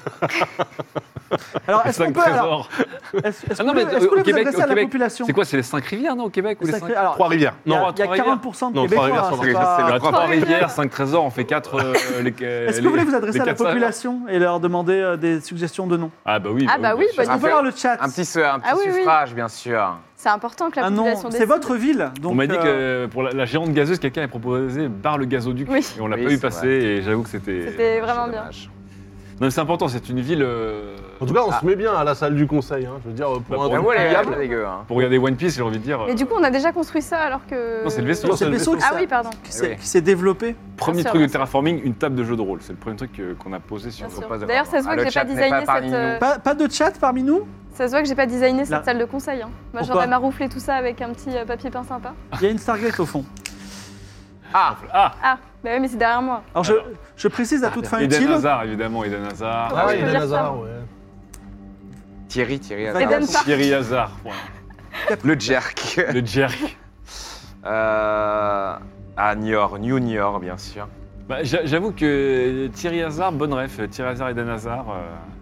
S2: Alors,
S6: Les
S2: est-ce qu'on
S6: cinq
S2: peut, alors,
S6: trésors.
S2: est-ce, est-ce
S6: Ah non,
S2: qu'on
S6: mais
S2: peut- est-ce
S6: au
S2: qu'on peut vous
S6: Québec-
S2: adresser
S6: au
S2: à la
S6: Québec,
S2: population?
S6: C'est quoi, c'est les cinq rivières, non, au Québec ou les
S2: Ça
S6: cinq
S2: fait- alors,
S7: Trois-Rivières.
S2: Il y a,
S7: Non,
S2: il y a
S6: Trois-Rivières.
S2: quarante pour cent de
S7: Non,
S2: Québécois.
S7: Trois-Rivières,
S2: hein,
S7: ça
S2: c'est
S7: va.
S2: pas-
S6: C'est
S5: Trois
S6: la trois
S5: rivières.
S6: rivières, cinq trésors, on fait quatre. euh, les,
S2: Est-ce que vous voulez vous adresser
S6: les
S2: à la
S6: quatre saveurs.
S2: population et leur demander euh, des suggestions de noms?
S6: Ah bah oui.
S5: Ah bah oui,
S6: bien sûr.
S5: bah,
S2: On peut avoir le chat.
S4: Un petit, su- un petit
S5: Ah oui, oui.
S4: suffrage, bien sûr.
S5: c'est important que la
S2: Ah non,
S5: population
S2: c'est
S5: décide.
S2: votre ville. Donc,
S6: On m'a dit
S2: euh,
S6: que pour la, la géante gazeuse, quelqu'un a proposé bar le gazoduc.
S5: Oui.
S6: Et on l'a
S4: Oui,
S6: pas vu
S4: c'est
S6: passer
S4: vrai.
S6: et j'avoue que c'était.
S5: C'était vraiment
S4: C'est
S5: bien.
S4: dommage.
S6: Non mais c'est important, c'est une ville. euh,
S7: En tout cas, on
S4: Ah.
S7: se met bien à la salle du conseil. Hein. Je veux dire, pour
S6: Bah,
S7: un
S6: pour
S7: truc
S4: J'avoue, elle est
S7: pliable.
S4: pas dégueu. Hein.
S6: Pour regarder One Piece, j'ai envie de dire.
S5: Mais du coup, on a déjà construit ça alors que.
S6: Non, c'est le vaisseau.
S2: non, c'est le
S7: le
S2: vaisseau qui
S5: Ah
S2: s'est-
S5: oui, pardon.
S2: qui s'est
S4: Oui.
S2: qui s'est développé.
S6: Premier
S5: Bien sûr,
S6: truc de
S5: bien sûr.
S6: terraforming, une table de jeu de rôle. C'est le premier truc que- qu'on a posé sur.
S5: Bien sûr.
S4: pas de
S5: D'ailleurs, ça se voit
S4: Ah,
S5: que
S4: le
S5: j'ai
S4: chat
S5: pas
S4: n'est
S5: designé
S4: pas parmi
S5: cette. euh,
S4: nous.
S2: Pas, pas de chat parmi nous?
S5: Ça se voit que j'ai pas designé
S2: La-
S5: cette salle de conseil. hein. Moi,
S2: Pourquoi
S5: j'aurais marouflé tout ça avec un petit euh, papier peint sympa.
S2: Il y a une Stargate au fond.
S4: Ah,
S6: Ah
S5: Ah, bah oui, mais c'est derrière moi.
S2: Alors, je,
S6: Alors.
S2: je précise à toute fin
S6: Eden
S2: utile.
S6: Hazard, évidemment, Eden Hazard.
S5: Ah
S7: Ah
S5: oui,
S7: oui,
S5: je peux
S7: Eden
S5: dire ça.
S7: Hazard, ouais.
S4: Thierry, Thierry
S2: Eden
S4: Hazard.
S5: Eden Park.
S6: Thierry Hazard. point.
S4: Le jerk.
S6: Le jerk.
S4: Euh, Ah, Niort, New Niort, bien sûr.
S6: Bah, j'a- J'avoue que Thierry Hazard, bonne ref. Thierry Hazard, Eden Hazard. euh,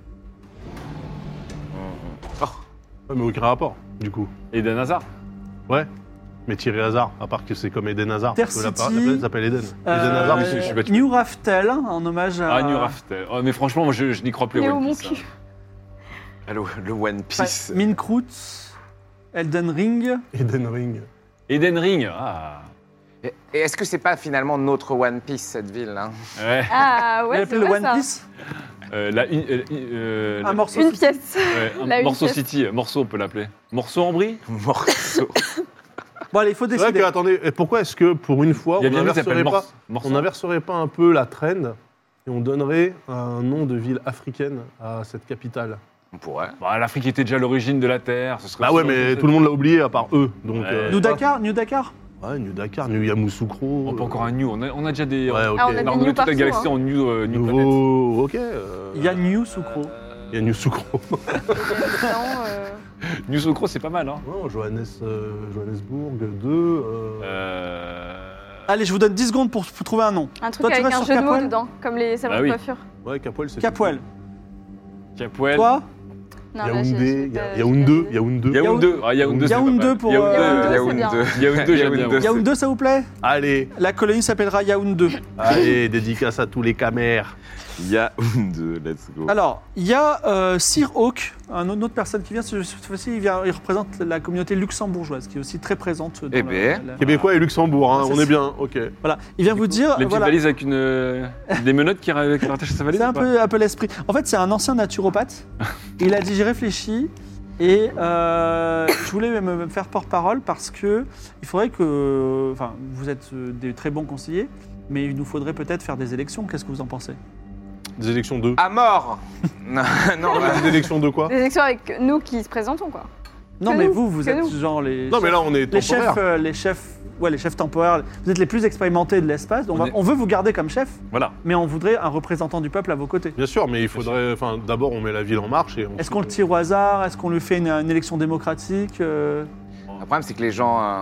S7: Ouais, mais aucun rapport, du coup.
S6: Eden Hazard.
S7: Ouais. Mais Thierry Hazard, à part que c'est comme Eden Hazard.
S2: Terre
S7: parce que la,
S2: City,
S7: la planète s'appelle Eden.
S2: Euh,
S7: Eden Hazard,
S6: oui,
S7: c'est-
S6: je suis battu.
S2: New Raftel, en hommage à.
S6: Ah, New Raftel. Oh, mais franchement, moi, je, je n'y crois plus. à
S5: Néo
S6: One
S5: mon
S6: Piece,
S5: cul.
S6: hein.
S4: Ah, Le, le One Piece.
S2: Minecraft, Elden Ring.
S7: Eden Ring.
S6: Eden Ring. Ah.
S4: Et et est-ce que c'est pas finalement notre One Piece, cette ville hein
S6: Ouais.
S5: Ah
S2: Vous
S5: ouais,
S2: appelez
S5: c'est
S2: le
S5: vrai
S2: One
S5: ça.
S2: Piece.
S6: Euh, la, une- euh, euh,
S2: Un
S6: la-
S2: morceau.
S5: Une
S2: City.
S5: pièce.
S6: ouais, un
S5: la une
S6: morceau
S5: pièce.
S6: City. Morceau, on peut l'appeler. Morceau en brie.
S4: Morceau.
S2: Bon, allez, il faut
S7: C'est vrai
S2: décider.
S7: que, attendez, et pourquoi est-ce que pour une fois,
S6: Il y a
S7: on
S6: bien vu qui s'appelle
S7: n'inverserait pas,
S6: Morceau. Morceau.
S7: on n'inverserait pas un peu la trend et on donnerait un nom de ville africaine à cette capitale?
S4: On pourrait.
S6: Bah, L'Afrique était déjà l'origine de la Terre. Ce serait
S7: Bah ouais, mais tout le monde l'a oublié à part eux. Donc,
S6: Ouais.
S7: euh,
S2: New Dakar, New Dakar.
S7: Ouais, New Dakar, New Yamoussoukro.
S6: On peut encore un New. On a, on a déjà des.
S7: Ouais, ok.
S5: Ah, on a des
S6: on a
S5: New
S6: toute la
S5: partout,
S6: galaxie
S5: hein.
S6: en New, euh, new Planet.
S7: Nouveau. Ok. euh,
S2: Il y a New Soukro.
S7: Il y a New Soukro.
S5: Non, euh,
S6: New Socro, c'est pas mal. Hein.
S7: Non, Johannes, euh, Johannesburg deux. Euh...
S6: Euh...
S2: Allez, je vous donne dix secondes pour, pour trouver un nom.
S5: un truc
S2: Toi, tu
S5: avec
S2: vas
S5: un
S2: sur
S5: jeu de mots
S2: Capoel
S5: dedans, comme les salons
S6: Bah
S5: de
S6: oui.
S5: coiffure.
S7: Ouais, Capoel, c'est.
S2: Capoel.
S6: Capoel.
S2: Toi
S5: Non, là, j'ai-
S7: Yaoundé,
S5: j'ai-
S7: Ya-
S5: j'ai-
S7: Yaoundé, Yaoundé.
S6: Yaoundé. Ah, Yaoundé, c'est pas
S2: Yaoundé
S6: mal.
S2: pour,
S6: Yaoundé,
S2: euh,
S5: Yaoundé, c'est bien.
S6: Yaoundé, j'aime bien.
S4: Yaoundé.
S2: Yaoundé, ça vous plaît?
S7: Allez,
S2: La colonie s'appellera Yaoundé.
S7: allez, dédicace à tous les camères.
S4: Yaoundé, let's go.
S2: Alors, il y a euh, Sir Hawk, un autre, une autre personne qui vient. Cette fois-ci, il, vient- il représente la communauté luxembourgeoise, qui est aussi très présente. Dans
S4: Eh
S2: la-
S4: ben.
S2: la-
S7: Québécois et Luxembourg, hein,
S2: Ça,
S7: on
S2: c'est-
S7: est bien, ok.
S2: Voilà, il vient vous dire.
S6: Les petites
S2: voilà,
S6: valises avec une, euh, des menottes qui, ra- qui rattachent à sa valise.
S2: c'est un
S6: ou pas
S2: peu, un peu l'esprit. En fait, c'est un ancien naturopathe. Il a dit j'ai réfléchi et euh, je voulais me me faire porte-parole parce que il faudrait que, enfin, vous êtes euh, des très bons conseillers, mais il nous faudrait peut-être faire des élections. Qu'est-ce que vous en pensez?
S7: Des élections de.
S4: À mort. Non, non.
S7: Non, mais des élections de quoi?
S5: Des élections avec nous qui se présentons, quoi.
S2: Non,
S5: Que
S2: mais
S5: nous,
S2: vous, vous
S5: que
S2: êtes
S5: nous.
S2: genre les.
S7: Non, mais là, on est
S2: les
S7: temporaire.
S2: chefs, euh, les chefs, ouais, les chefs temporaires. Vous êtes les plus expérimentés de l'espace. Donc on,
S6: On
S2: va-
S6: est-
S2: on veut vous garder comme chef,
S6: Voilà.
S2: mais on voudrait un représentant du peuple à vos côtés.
S7: Bien sûr, mais il faudrait. Enfin, d'abord, on met la ville en marche et on.
S2: Est-ce qu'on le tire au hasard? Est-ce qu'on lui fait une, une élection démocratique? euh
S4: Le problème, c'est que les gens. euh,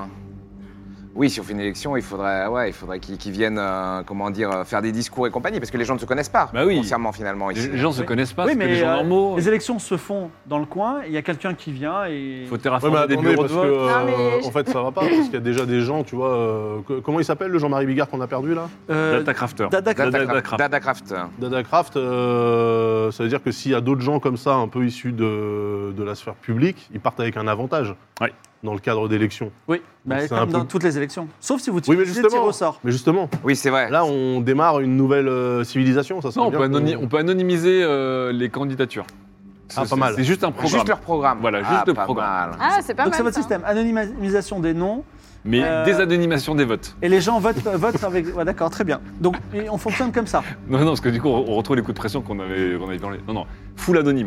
S4: Oui, si on fait une élection, il faudrait, ouais, il faudrait qu'ils qu'ils viennent, euh, comment dire, euh, faire des discours et compagnie, parce que les gens ne se connaissent pas.
S6: Bah oui.
S4: Foncièrement, finalement, ici.
S6: Les gens se
S2: Oui.
S6: connaissent pas,
S2: Oui,
S6: c'est que
S2: mais,
S6: les gens
S2: euh,
S6: normaux.
S2: Les élections se font dans le coin. Il y a quelqu'un qui vient et.
S6: Il faut
S7: Ouais,
S6: terraformer
S7: mais
S6: des
S7: attendez,
S6: bureaux de
S7: parce que,
S6: vote.
S7: euh,
S5: Non, mais-
S7: en fait, ça va pas, parce qu'il y a déjà des gens, tu vois. euh, que- comment il s'appelle le Jean-Marie Bigard qu'on a perdu là?
S2: Euh,
S6: Data Crafter.
S2: Dada-
S6: Dada-
S4: Dada-
S6: Dadacraft.
S4: Dadacraft.
S7: Dadacraft, euh, ça veut dire que s'il y a d'autres gens comme ça, un peu issus de, de la sphère publique, ils partent avec un avantage
S6: Ouais.
S7: dans le cadre d'élections.
S2: Oui, bah,
S7: C'est
S2: comme
S7: un
S2: dans
S7: peu-
S2: toutes les élections. Sauf si vous
S7: Oui, mais
S2: tirez tir
S7: justement.
S2: au sort.
S7: Mais justement,
S4: Oui, c'est vrai.
S7: là, on démarre une nouvelle euh, civilisation, ça serait
S6: Non, on
S7: bien
S6: peut,
S7: qu'on-
S6: anony- on peut anonymiser euh, les candidatures.
S7: Ah,
S6: C'est-
S7: pas mal.
S6: C'est juste un programme.
S4: Juste leur programme.
S6: Voilà, juste
S4: Ah,
S6: le
S4: pas
S6: programme.
S4: mal.
S5: Ah, c'est pas
S2: Donc
S5: mal.
S2: c'est votre
S5: ça.
S2: système. Anonymisation des noms.
S6: Mais
S2: Euh,
S6: désanonymisation des votes.
S2: Et les gens votent, votent avec. Ouais, d'accord, très bien. Donc et on fonctionne comme ça.
S6: Non, non, parce que du coup, on on retrouve les coups de pression qu'on avait, qu'on avait dans les. Non, non, full anonyme.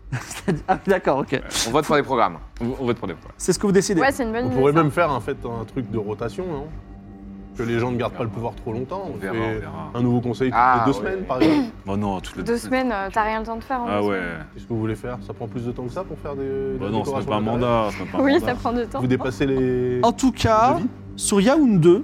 S2: Ah, d'accord, ok.
S4: On vote pour des programmes.
S6: On, on vote pour des votes.
S2: C'est ce que vous décidez.
S5: Ouais, c'est une bonne
S7: On
S5: idée.
S7: pourrait
S5: ça.
S7: même faire en fait un truc de rotation, non? Que les gens ne gardent pas le pouvoir trop longtemps. On,
S6: On verra,
S7: fait
S6: on verra.
S7: un nouveau conseil toutes
S4: Ah,
S7: les deux
S4: ouais.
S7: semaines, par exemple.
S6: Oh non, toutes les
S5: Deux semaines, euh, t'as rien le temps de faire. en
S6: Ah
S5: deux
S6: ouais.
S5: semaines.
S7: Qu'est-ce que vous voulez faire? Ça prend plus de temps que ça pour faire des.
S6: Bah
S7: des
S6: non, c'est
S7: décorations
S6: pas un
S7: d'intérieur?
S6: mandat. c'est pas un
S5: Oui,
S6: mandat.
S5: ça prend du temps.
S7: Vous dépassez les.
S2: En tout cas,
S7: Devis
S2: sur Yaoundé,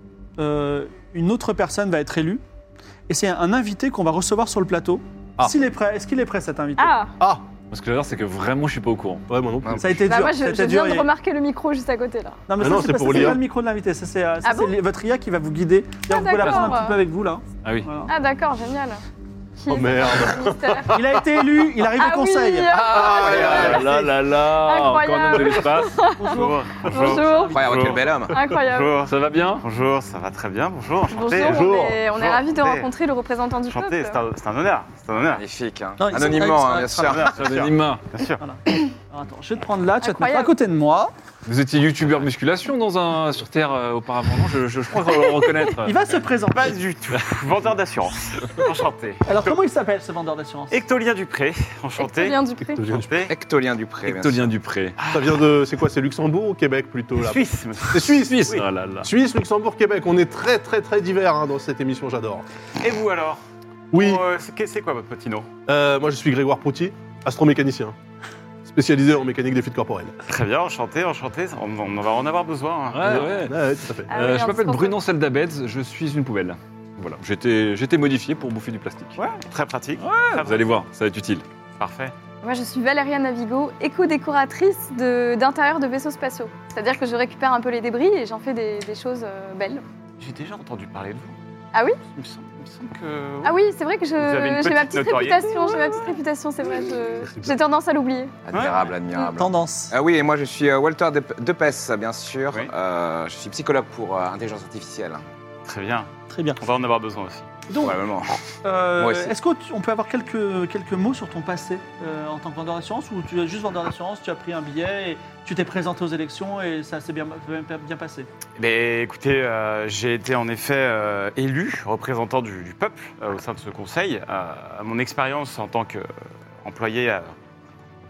S2: euh, une autre personne va être élue. Et c'est un invité qu'on va recevoir sur le plateau.
S7: Ah.
S2: S'il est prêt, est-ce qu'il est prêt cet invité?
S5: Ah,
S7: Ah
S6: Ce que j'adore, c'est que vraiment, je suis pas au courant.
S7: Ouais, moi non plus.
S4: Ouais.
S2: Ça a été
S5: bah
S2: dur.
S5: moi
S2: ça a
S5: je,
S2: été
S5: je
S2: dur
S5: viens de
S2: et-
S5: remarquer le micro juste à côté là.
S2: Non, mais
S7: Ah
S2: ça,
S7: non,
S2: c'est
S7: c'est
S2: pas,
S7: pour
S2: ça, c'est
S7: l'I A.
S2: pas le micro de l'invité. Ça, c'est, euh, ça,
S5: Ah
S2: c'est
S5: bon
S2: li- votre I A qui va vous guider. D'ailleurs,
S5: Ah,
S2: vous pouvez la prendre un
S5: d'accord.
S2: petit peu avec vous, là.
S6: Ah oui.
S2: Voilà.
S5: Ah d'accord, génial. Qui
S7: Oh,
S5: est
S7: merde.
S5: ce mystère
S2: Il a été élu, il arrive
S5: Ah
S2: au conseil.
S5: oui,
S6: Ah
S5: ah,
S6: là là là, encore un
S5: Incroyable.
S6: homme de l'espace.
S2: Bonjour.
S5: Bonjour,
S4: Incroyable, quel bel homme.
S5: incroyable.
S8: Bonjour.
S6: Ça va bien?
S8: Bonjour, ça va très bien. Bonjour, enchanté.
S5: Bonjour,
S7: Bonjour.
S5: on est, on est
S8: Bonjour.
S5: ravis de
S8: Enchanté.
S5: rencontrer le représentant du
S8: Enchanté,
S5: peuple.
S8: c'est un, c'est un honneur. C'est un honneur.
S4: Magnifique. Hein.
S2: Non, ils sont-
S4: Anonymement,
S2: ils sont-
S4: hein, bien
S2: ils sont-
S4: sûr.
S8: honneur,
S6: Ça
S8: bien sûr.
S6: anonyme.
S8: Bien sûr.
S2: Alors, attends, je vais te prendre là, tu vas te mettre à
S5: Incroyable.
S2: côté de moi.
S6: Vous étiez youtubeur de musculation dans un, sur Terre euh, auparavant, non je, je, je crois qu'on va le reconnaître.
S2: Il va se présenter.
S8: Pas du tout. Vendeur d'assurance. Enchanté.
S2: Alors, comment il s'appelle ce vendeur d'assurance?
S8: Ectolien Dupré. Enchanté.
S5: Ectolien Dupré.
S8: Enchanté.
S4: Ectolien Dupré, bien
S6: Ectolien
S4: sûr.
S6: Dupré.
S7: Ça vient de. C'est quoi? C'est Luxembourg ou Québec plutôt là?
S8: Suisse, monsieur.
S7: C'est Suisse.
S6: Suisse.
S7: oui.
S6: Oh là là.
S7: Suisse, Luxembourg, Québec. On est très très très divers hein, dans cette émission, j'adore.
S8: Et vous alors
S7: Oui.
S8: Bon, euh, c'est c'est quoi votre petit nom?
S7: Euh, moi je suis Grégoire Proutier, astromécanicien, spécialisé en mécanique des fluides corporels.
S8: Très bien, enchanté, enchanté. On, on va en avoir besoin. hein.
S6: Ouais, ouais.
S7: Ouais, tout à fait.
S5: Ah
S6: Euh,
S5: oui,
S6: je m'appelle
S5: indispensable.
S6: Bruno Seldabed, je suis une poubelle. Voilà, j'étais j'étais modifié pour bouffer du plastique.
S8: Ouais, très pratique.
S6: Ah, vous allez voir, ça va être utile.
S8: Parfait.
S5: Moi je suis Valéria Navigo, éco-décoratrice de- d'intérieur de, vaisseaux spatiaux. C'est-à-dire que je récupère un peu les débris et j'en fais des, des choses euh, belles.
S8: J'ai déjà entendu parler de vous.
S5: Ah oui
S8: Il me semble, il me semble que.
S5: Ah oui, c'est vrai que je-
S8: avez une
S5: j'ai ma
S8: petite
S5: petite
S8: notoriété.
S5: réputation, j'ai ma petite réputation, c'est vrai. je- J'ai tendance à l'oublier.
S4: Admirable, admirable.
S2: Tendance.
S4: Ah oui, et moi je suis euh, Walter Dep- Depes, bien sûr.
S8: Oui.
S4: Euh, je suis psychologue pour euh, intelligence artificielle.
S8: Très bien.
S2: Très bien.
S8: On va en avoir besoin aussi.
S2: Donc,
S4: Probablement.
S2: euh,
S4: Moi aussi.
S2: est-ce qu'on peut avoir quelques, quelques mots sur ton passé euh, en tant que vendeur d'assurance, ou tu es juste vendeur d'assurance, tu as pris un billet et tu t'es présenté aux élections et ça s'est bien, bien, bien passé?
S8: Mais écoutez, euh, j'ai été en effet euh, élu représentant du, du peuple euh, au sein de ce conseil. Euh, mon expérience en tant qu'employé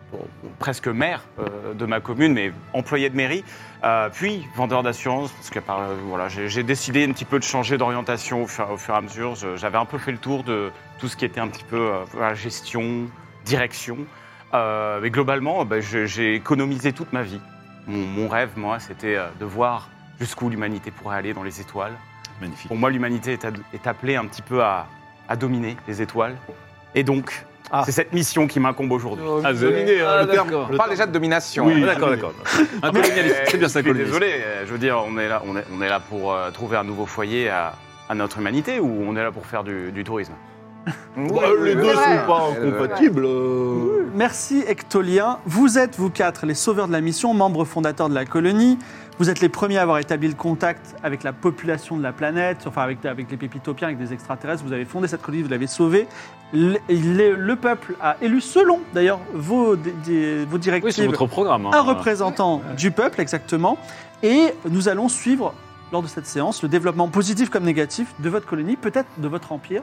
S8: presque maire euh, de ma commune, mais employé de mairie, euh, puis vendeur d'assurance, parce que par, euh, voilà, j'ai, j'ai décidé un petit peu de changer d'orientation au fur, au fur et à mesure. Je, j'avais un peu fait le tour de tout ce qui était un petit peu euh, voilà, gestion, direction. Euh, mais globalement, bah, je, j'ai économisé toute ma vie. Mon, mon rêve, moi, c'était euh, de voir jusqu'où l'humanité pourrait aller dans les étoiles.
S6: Magnifique.
S8: Pour moi, l'humanité est, ad- est appelée un petit peu à, à dominer les étoiles. Et donc,
S7: Ah.
S8: c'est cette mission qui m'incombe aujourd'hui.
S6: Ah, vous avez-
S7: Dominé, hein,
S6: Ah,
S7: le terme.
S6: d'accord.
S4: On
S7: le
S4: parle
S7: terme.
S4: déjà de domination.
S7: Oui,
S6: Ah, d'accord, d'accord. Un colonialiste, c'est bien ça,
S8: Je suis
S6: colonialiste.
S8: désolé, euh, je veux dire, on est là, on est, on est là pour euh, trouver un nouveau foyer à, à notre humanité ou on est là pour faire du, du tourisme?
S4: Oui,
S7: Bah,
S4: oui,
S7: les
S4: oui,
S7: deux
S4: oui,
S7: sont
S4: oui.
S7: pas
S4: Ouais.
S7: incompatibles. euh.
S2: Merci Ectolien. Vous êtes, vous quatre, les sauveurs de la mission, membres fondateurs de la colonie. Vous êtes les premiers à avoir établi le contact avec la population de la planète, enfin avec, avec les pépitopiens, avec des extraterrestres. Vous avez fondé cette colonie, vous l'avez sauvée. Le, le- le peuple a élu, selon d'ailleurs vos, di- di- vos
S6: Oui, c'est
S2: directives,
S6: votre programme. hein.
S2: un représentant du peuple, exactement. Et nous allons suivre, lors de cette séance, le développement positif comme négatif de votre colonie, peut-être de votre empire.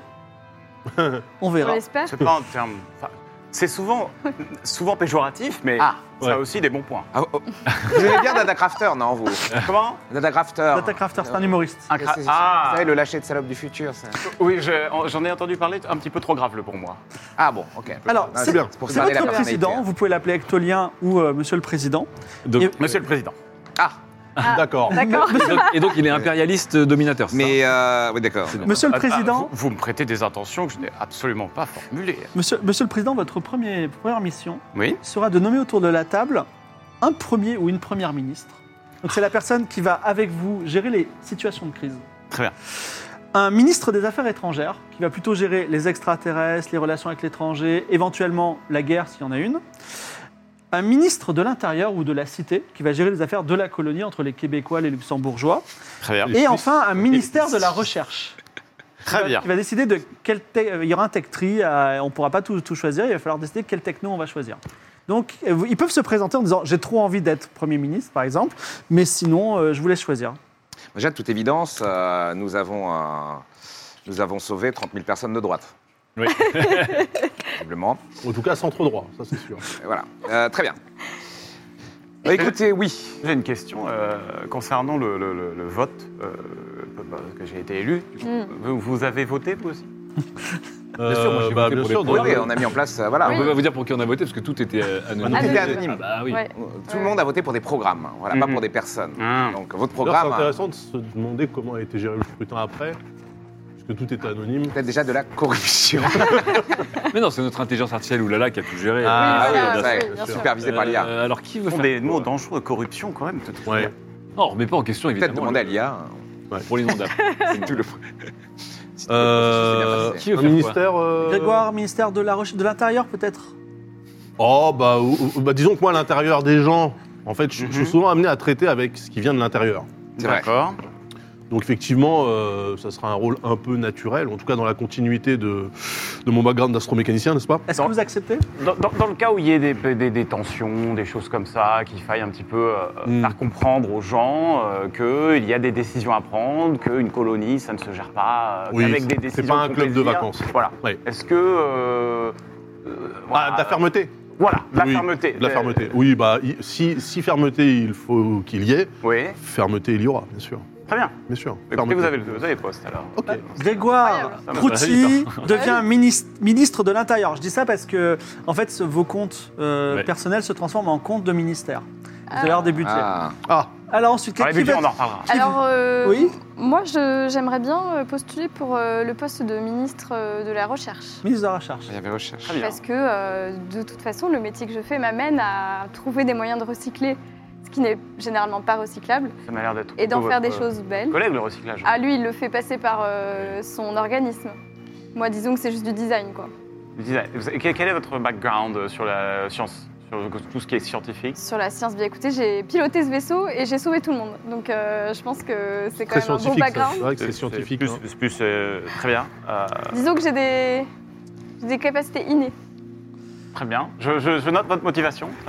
S2: On
S5: On
S2: verra.
S5: l'espère.
S8: C'est pas un terme. enfin, c'est souvent, souvent péjoratif, mais
S4: Ah,
S8: ça a aussi des bons points.
S4: Ah, oh. Vous aimez bien Data Crafter, non, vous
S8: Comment?
S4: Data Crafter.
S2: Data Crafter, c'est un humoriste.
S8: Un
S4: C'est-
S8: cra-
S4: c'est-
S8: Ah.
S4: Vous savez, le lâcher de salope du futur, ça.
S8: Oui, je- j'en ai entendu parler, un petit peu trop grave le pour moi.
S4: Ah bon, ok.
S2: Alors,
S4: Ah,
S2: c'est
S7: bien.
S4: pour
S2: c'est
S4: garder la
S2: votre
S4: personnalité.
S2: président, vous pouvez l'appeler Ectolien ou euh, Monsieur le Président.
S6: Donc-
S2: Et-
S8: Monsieur le Président.
S4: Ah,
S5: Ah,
S7: D'accord.
S5: D'accord.
S6: et, donc, et donc, il est impérialiste euh, dominateur. c'est ça
S4: mais euh, oui, d'accord.
S2: Monsieur le
S8: Ah, ah,
S2: Président,
S8: vous, vous me prêtez des intentions que je n'ai absolument pas formulées.
S2: Monsieur, Monsieur le Président, votre premier, première mission
S8: Oui?
S2: sera de nommer autour de la table un premier ou une première ministre. Donc c'est la personne qui va, avec vous, gérer les situations de crise.
S8: Très bien.
S2: Un ministre des Affaires étrangères, qui va plutôt gérer les extraterrestres, les relations avec l'étranger, éventuellement la guerre s'il y en a une. Un ministre de l'Intérieur ou de la Cité, qui va gérer les affaires de la colonie entre les Québécois et les Luxembourgeois.
S8: Très bien.
S2: Et enfin, un ministère de la Recherche.
S8: Très bien.
S2: Qui va décider de quel tech- il y aura un tech tree, euh, on ne pourra pas tout, tout choisir, il va falloir décider quel techno on va choisir. Donc, euh, ils peuvent se présenter en disant j'ai trop envie d'être Premier ministre, par exemple, mais sinon, euh, je vous laisse choisir.
S4: Déjà, de toute évidence, euh, nous, avons, euh, nous avons sauvé trente mille personnes de droite.
S6: Oui.
S4: Visiblement.
S7: En tout cas, centre droit, ça c'est sûr.
S4: Et voilà. Euh, très bien. Bah, écoutez, oui.
S8: J'ai une question euh, concernant le, le- le- le vote, euh, que j'ai été élu.
S5: Mm.
S8: Vous, vous avez voté, vous aussi?
S6: Bien sûr, moi, j'ai
S7: bah,
S6: voté
S7: bien
S6: pour
S7: sûr.
S6: les
S4: Oui,
S7: donc,
S4: oui,
S7: euh,
S4: on a mis en place. euh, voilà.
S6: On peut pas vous dire pour qui on a voté parce que tout était euh, anonyme.
S4: Tout était
S5: Anonyme.
S4: anonyme.
S6: Ah bah oui.
S5: Ouais.
S4: Tout le monde a voté pour des programmes, voilà, pas
S8: Mhm.
S4: pour des personnes.
S8: Ah.
S4: Donc votre
S7: d'ailleurs,
S4: programme,
S7: c'est intéressant de se demander comment a été géré le scrutin après, puisque tout était anonyme.
S4: peut-être déjà de la corruption.
S6: Mais non, c'est notre intelligence artificielle oulala qui a tout géré.
S4: Ah
S5: Oui,
S4: oui,
S5: voilà,
S4: c'est vrai,
S5: oui, bien sûr.
S4: supervisé par l'I A.
S6: Euh, alors qui veut
S8: Ce sont
S6: faire
S8: des
S6: quoi
S8: mots dangereux, corruption quand même. peut-être.
S7: Ouais.
S6: Non, on remet pas en question
S4: Peut-être
S6: évidemment.
S4: demander à l'I A.
S6: Pour l'inondable.
S4: C'est tout le. Si tout le
S7: Euh,
S4: processus est bien passé.
S6: Qui veut
S7: un
S6: faire
S7: ministère. euh,
S2: Grégoire, ministère de la Recherche, de l'Intérieur, peut-être.
S7: Oh, bah, ou- ou- bah, disons que moi, à l'intérieur des gens, en fait, je, je suis
S8: Mhm.
S7: souvent amené à traiter avec ce qui vient de l'intérieur.
S4: C'est vrai.
S8: D'accord.
S7: Donc, effectivement, euh, ça sera un rôle un peu naturel, en tout cas dans la continuité de, de mon background d'astromécanicien, n'est-ce pas?
S2: Est-ce que
S8: Non.
S2: vous acceptez?
S8: Dans, dans- dans le cas où il y ait des, des- des tensions, des choses comme ça, qu'il faille un petit peu euh,
S7: Mm.
S8: faire comprendre aux gens euh, qu'il y a des décisions à prendre, qu'une colonie, ça ne se gère pas euh,
S7: Oui,
S8: qu'avec des
S7: c'est
S8: décisions.
S7: pas un
S8: de
S7: club de
S8: plaisir.
S7: vacances.
S8: Voilà.
S7: Oui.
S8: Est-ce que... euh, euh, voilà.
S7: Ah, de la fermeté.
S8: Voilà, de la
S7: Oui,
S8: fermeté.
S7: De la fermeté. Oui, bah, i- si, si fermeté il faut qu'il y ait,
S8: Oui,
S7: fermeté il y aura, bien sûr.
S8: très bien.
S7: Bien sûr.
S8: Écoutez,
S7: Fermeté.
S8: vous avez, le- vous avez le poste alors.
S7: Ok.
S2: Grégoire
S8: Incroyable.
S2: Prouty devient ministre, ministre de l'Intérieur. Je dis ça parce que, en fait, ce- vos comptes euh,
S6: Ouais.
S2: personnels se transforment en comptes de ministère. Vous allez avoir des budgets.
S4: Ah.
S7: Ah,
S2: Alors ensuite,
S8: Dans les
S2: qui
S8: budgets,
S2: va-
S8: on en reparlera.
S5: Alors, euh,
S2: Oui.
S5: moi, je- j'aimerais bien euh, postuler pour euh, le poste de ministre euh, de la Recherche.
S2: Ministre de la Recherche.
S4: Il y avait recherche.
S8: Très bien.
S5: Parce que, euh, de toute façon, le métier que je fais m'amène à trouver des moyens de recycler ce qui n'est généralement pas recyclable
S8: Ça m'a l'air d'être...
S5: et d'en
S8: plutôt
S5: faire des
S8: votre
S5: choses belles.
S8: collègue, le recyclage.
S5: Ah, lui, il le fait passer par euh, son organisme. Moi, disons que c'est juste du design, quoi.
S8: Je disais, vous savez, Quel quel est votre background sur la science, sur tout ce qui est scientifique?
S5: Sur la science, bien écoutez, j'ai piloté ce vaisseau et j'ai sauvé tout le monde. Donc, euh, je pense que c'est quand
S7: très
S5: même un bon
S7: scientifique. ça.
S5: background.
S7: C'est vrai que c'est scientifique.
S8: Plus,
S7: hein.
S8: plus, plus, euh, très bien. Euh,
S5: Disons que j'ai des... j'ai des capacités innées.
S8: très bien. Je, je- je note votre motivation. Très bien.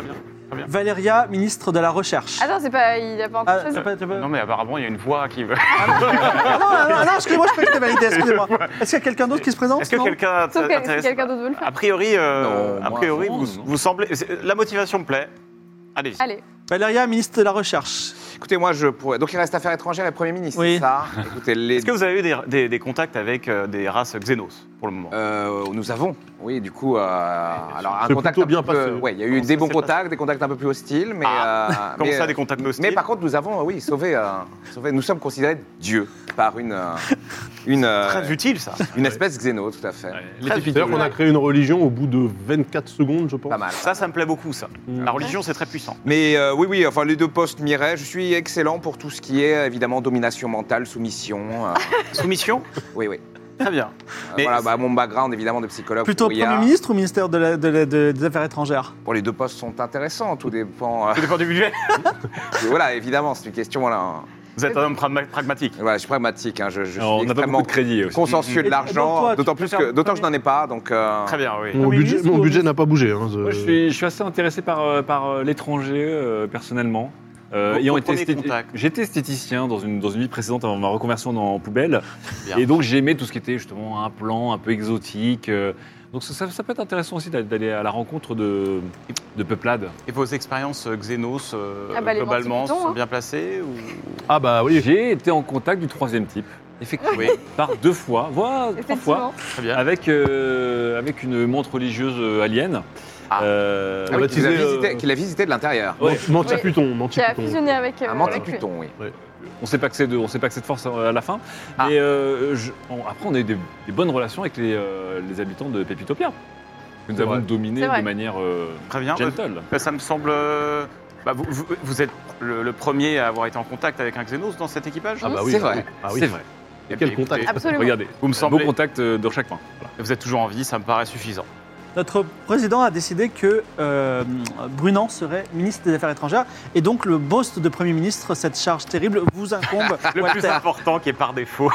S8: Très bien.
S2: Valéria, ministre de la Recherche.
S5: Attends, c'est pas, il a pas encore
S2: Ah,
S5: choisi.
S2: c'est pas- c'est pas-
S8: Non, mais apparemment, il y a une voix qui veut.
S2: Ah non, ah non, excusez-moi, je croyais que c'était validé, excusez-moi. Est-ce qu'il y a quelqu'un d'autre qui se présente?
S8: Est-ce que
S2: Non
S8: quelqu'un
S5: Sauf que si
S8: t'intéresse
S5: quelqu'un d'autre veut le faire.
S8: A priori, euh,
S6: Non,
S8: a
S6: moi,
S8: priori
S6: non,
S8: vous,
S6: non.
S8: vous semblez. c'est- La motivation me plaît. Allez-y.
S5: Allez,
S2: Valéria, ministre de la Recherche.
S4: Écoutez, moi, je pourrais. Donc, il reste Affaires étrangères et Premier ministre,
S2: Oui.
S4: c'est ça? Écoutez, les.
S8: Est-ce que vous avez eu des, des- des contacts avec euh, des races xénos pour le moment
S4: Euh, nous avons, oui, du coup, euh, alors un
S7: C'est
S4: contact
S7: plutôt
S4: un
S7: bien
S4: peu,
S7: passé.
S4: ouais, il y a eu
S8: Comment
S4: des
S8: ça
S4: bons
S8: s'est
S4: contacts, des contacts un peu plus hostiles, mais,
S8: Ah.
S4: euh,
S8: Comment
S4: mais,
S8: ça,
S4: euh,
S8: des contacts hostiles
S4: Mais par contre, nous avons, oui, sauvé, euh, sauvé. Nous sommes considérés Dieu par une, euh, une, euh,
S8: Très utile, ça.
S4: une espèce xéno, tout à fait.
S6: Ouais, les
S8: Très-
S6: pépitos.
S7: C'est-à-dire qu'on a créé une religion au bout de vingt-quatre secondes, je pense.
S4: Pas mal.
S8: Ça, ça me plaît beaucoup, ça.
S7: Mm.
S8: La religion, c'est très puissant.
S4: Mais euh, oui, oui, enfin les deux postes m'iraient. Je suis excellent pour tout ce qui est évidemment domination mentale, soumission. euh,
S8: Soumission
S4: oui, oui.
S8: Très bien.
S4: Euh,
S8: Mais
S4: voilà, bah, mon background évidemment de psychologue.
S2: Plutôt
S4: brouillard.
S2: Premier ministre ou ministère de la- de la- de- des Affaires étrangères?
S4: Bon, les deux postes sont intéressants, tout dépend. euh,
S8: tout dépend du budget.
S4: voilà, évidemment, c'est une question. Voilà,
S8: Vous êtes un homme pragma- pragmatique.
S4: voilà je suis pragmatique. Hein, je, je
S6: Alors,
S4: suis
S6: on n'a pas
S4: extrêmement
S6: beaucoup de crédit aussi.
S4: consciencieux de
S2: Et- et donc
S4: l'argent,
S2: toi, tu
S4: d'autant plus
S2: préfères
S4: que, d'autant que je
S2: premier-
S4: n'en ai pas. Donc, euh,
S8: Très bien, oui.
S7: Mon
S2: Premier
S7: budget,
S2: ministre
S7: mon
S2: ou-
S7: budget n'a pas bougé. Hein,
S6: Moi, je suis, je suis assez intéressé par, euh, par euh, l'étranger, euh, personnellement. Euh,
S8: Vos-
S6: ayant
S8: vos
S6: été
S8: premiers
S6: esthé-
S8: contacts.
S6: J'étais esthéticien dans une, dans une vie précédente avant ma reconversion en poubelle.
S8: Bien.
S6: Et donc j'aimais tout ce qui était justement un plan un peu exotique. euh, donc ça, ça- ça peut être intéressant aussi d'aller- d'aller à la rencontre de, de peuplades.
S8: Et vos expériences euh, xénos, euh,
S5: Ah bah, les
S8: globalement,
S5: Monty Python,
S8: sont
S5: hein.
S8: bien placées ou...
S7: Ah bah oui.
S6: J'ai été en contact du troisième type, effectivement,
S8: Oui,
S6: par deux fois, voire trois fois,
S5: effectivement.
S8: très bien.
S6: avec, euh, avec une montre religieuse euh, alien.
S8: Ah.
S6: Euh,
S7: Ah
S4: oui,
S7: bah,
S4: qu'il a,
S7: baptisé,
S4: visité,
S7: euh,
S4: qu'il a visité de l'intérieur.
S6: Ouais.
S7: Menti
S5: Oui.
S7: Python, Menti
S5: Qui a
S7: Python.
S5: fusionné avec. euh,
S4: Un
S5: avec lui.
S4: Monty-Python, oui.
S6: On sait pas que c'est de, on sait pas que c'est de force à la fin.
S8: Ah.
S6: Mais euh, je- on- après, on a eu des, des bonnes relations avec les, euh, les habitants de Pépitopia. Que nous
S7: C'est
S6: avons
S7: vrai.
S6: dominé
S5: C'est vrai.
S6: de manière euh,
S8: Très bien.
S6: gentle.
S8: Euh, Ça me semble... euh, bah, vous, vous- vous êtes le, le premier à avoir été en contact avec un xénos dans cet équipage
S7: Ah bah oui.
S4: C'est vrai.
S7: Ah oui.
S6: C'est vrai.
S8: Eh
S7: Quel
S8: bien,
S7: contact.
S8: écoutez,
S5: Absolument.
S6: Regardez,
S8: Vous me
S6: beau
S8: semblez...
S6: contact euh, de chaque main. Voilà.
S8: Vous êtes toujours en vie, ça me paraît suffisant.
S2: Notre président a décidé que euh, Brunan serait ministre des Affaires étrangères et donc le poste de Premier ministre, cette charge terrible, vous incombe.
S8: Le plus
S2: Walter.
S8: important qui est par défaut.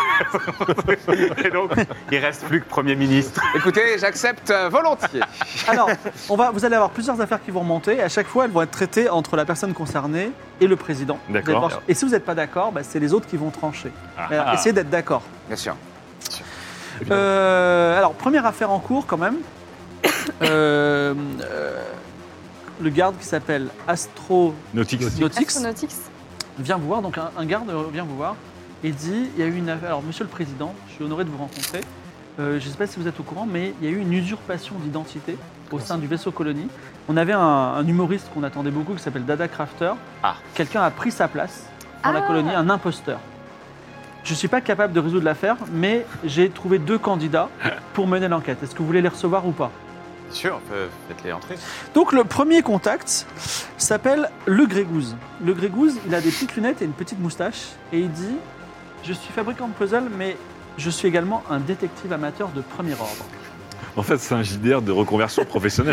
S8: Et donc, il reste plus que Premier ministre.
S4: Écoutez, j'accepte euh, volontiers.
S2: Alors, on va, vous allez avoir plusieurs affaires qui vont remonter et à chaque fois, elles vont être traitées entre la personne concernée et le président.
S6: D'accord.
S2: Vous allez voir- Et si vous n'êtes pas d'accord, bah, c'est les autres qui vont trancher.
S6: Ah,
S2: Alors,
S6: ah.
S2: essayez d'être d'accord.
S4: Bien sûr.
S2: Euh, alors, première affaire en cours quand même. Euh, euh, le garde qui s'appelle Astro
S6: Nautix.
S2: Nautix
S5: Astronautics.
S2: vient vous voir, donc un, un garde vient vous voir et dit, il y a eu une affaire, alors monsieur le président, je suis honoré de vous rencontrer, Euh, je ne sais pas si vous êtes au courant, mais il y a eu une usurpation d'identité au sein du vaisseau colonie. On avait un, un humoriste qu'on attendait beaucoup qui s'appelle Dada Crafter.
S8: Ah.
S2: Quelqu'un a pris sa place dans la
S5: Ah.
S2: colonie, un imposteur. Je ne suis pas capable de résoudre l'affaire, mais j'ai trouvé deux candidats pour mener l'enquête. Est-ce que vous voulez les recevoir ou pas?
S8: Bien sûr, euh, faites-les entrer.
S2: Donc le premier contact s'appelle le Grégouze. Le Grégouze, il a des petites lunettes et une petite moustache et il dit « Je suis fabricant de puzzles, mais je suis également un détective amateur de premier ordre.
S6: En fait, c'est un J D R de reconversion professionnelle.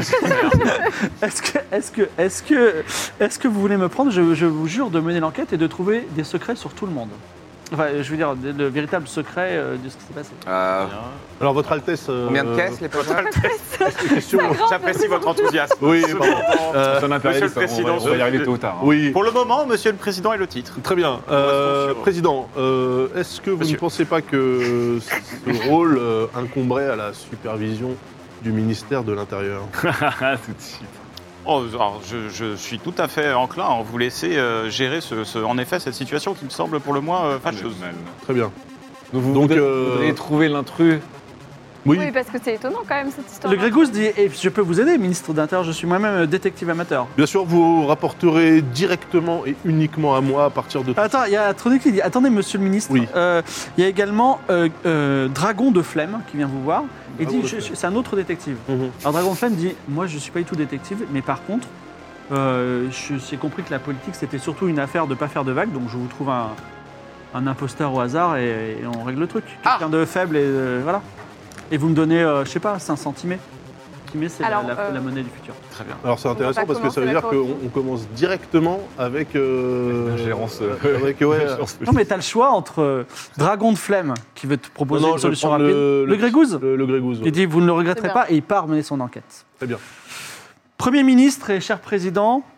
S2: Est-ce que, est-ce que, est-ce que, est-ce que vous voulez me prendre? je, je vous jure de mener l'enquête et de trouver des secrets sur tout le monde. Enfin, je veux dire, le véritable secret euh, de ce qui s'est passé.
S4: Euh,
S7: Alors, Votre Altesse. euh,
S4: combien de caisses, les puzzles?
S7: question.
S8: J'apprécie votre enthousiasme.
S7: Oui, pardon. Euh,
S6: C'est un impérialiste,
S8: Monsieur le Président,
S6: on va, on va y arriver tôt ou tard. hein.
S7: oui.
S8: Pour le moment, Monsieur le Président est le titre.
S7: Très bien. Euh,
S8: restons sur-
S7: Président, euh, est-ce que vous
S8: Monsieur.
S7: ne pensez pas que ce rôle euh, incomberait à la supervision du ministère de l'Intérieur?
S6: Tout de suite.
S8: Oh, alors, je, je suis tout à fait enclin à vous laisser euh, gérer ce, ce- en effet cette situation qui me semble pour le moins euh, fâcheuse.
S6: Mal.
S7: Très bien.
S6: Donc vous
S7: Donc,
S6: voudrez,
S7: euh,
S6: voudriez trouver l'intrus.
S7: Oui.
S5: Oui, parce que c'est étonnant quand même cette histoire.
S2: Le Grégouze dit eh, « Je peux vous aider, ministre d'Intérieur, je suis moi-même détective amateur.
S7: Bien sûr, vous rapporterez directement et uniquement à moi à partir de... »
S2: Attends, il y a Tronic qui dit « Attendez, monsieur le ministre,
S7: Oui.
S2: euh, il y a également euh, euh, Dragon de Flemme qui vient vous voir et
S7: Dragon
S2: dit
S7: de
S2: je-
S7: Flemme.
S2: je- C'est un autre détective.
S7: Mhm.
S2: Alors Dragon de Flemme dit « Moi, je ne suis pas du tout détective, mais par contre, euh, je- j'ai compris que la politique, c'était surtout une affaire de ne pas faire de vagues, donc je vous trouve un, un imposteur au hasard et, et on règle le truc.
S4: Ah.
S2: Quelqu'un de faible et euh, voilà. Et vous me donnez, euh, je sais pas, cinq centimètres. Centimètres, c'est la,
S5: Alors,
S2: la-
S5: euh,
S2: la monnaie du futur.
S8: Très bien.
S7: Alors c'est intéressant
S5: pas
S7: parce que ça veut
S5: commencer
S7: dire
S5: la
S7: qu'on on commence directement avec... euh,
S6: Ingérence, euh,
S7: avec ouais,
S2: Non, mais t'as le choix entre euh, Dragon de Flemme, qui veut te proposer
S7: non,
S2: une
S7: je
S2: solution
S7: vais prendre
S2: rapide.
S7: le,
S2: Le, Grégouze,
S7: Le, le Grégouze,
S2: qui
S7: ouais.
S2: dit vous ne le regretterez
S5: C'est bien.
S2: pas, et il part mener son enquête.
S7: Très bien.
S2: Premier ministre et cher président,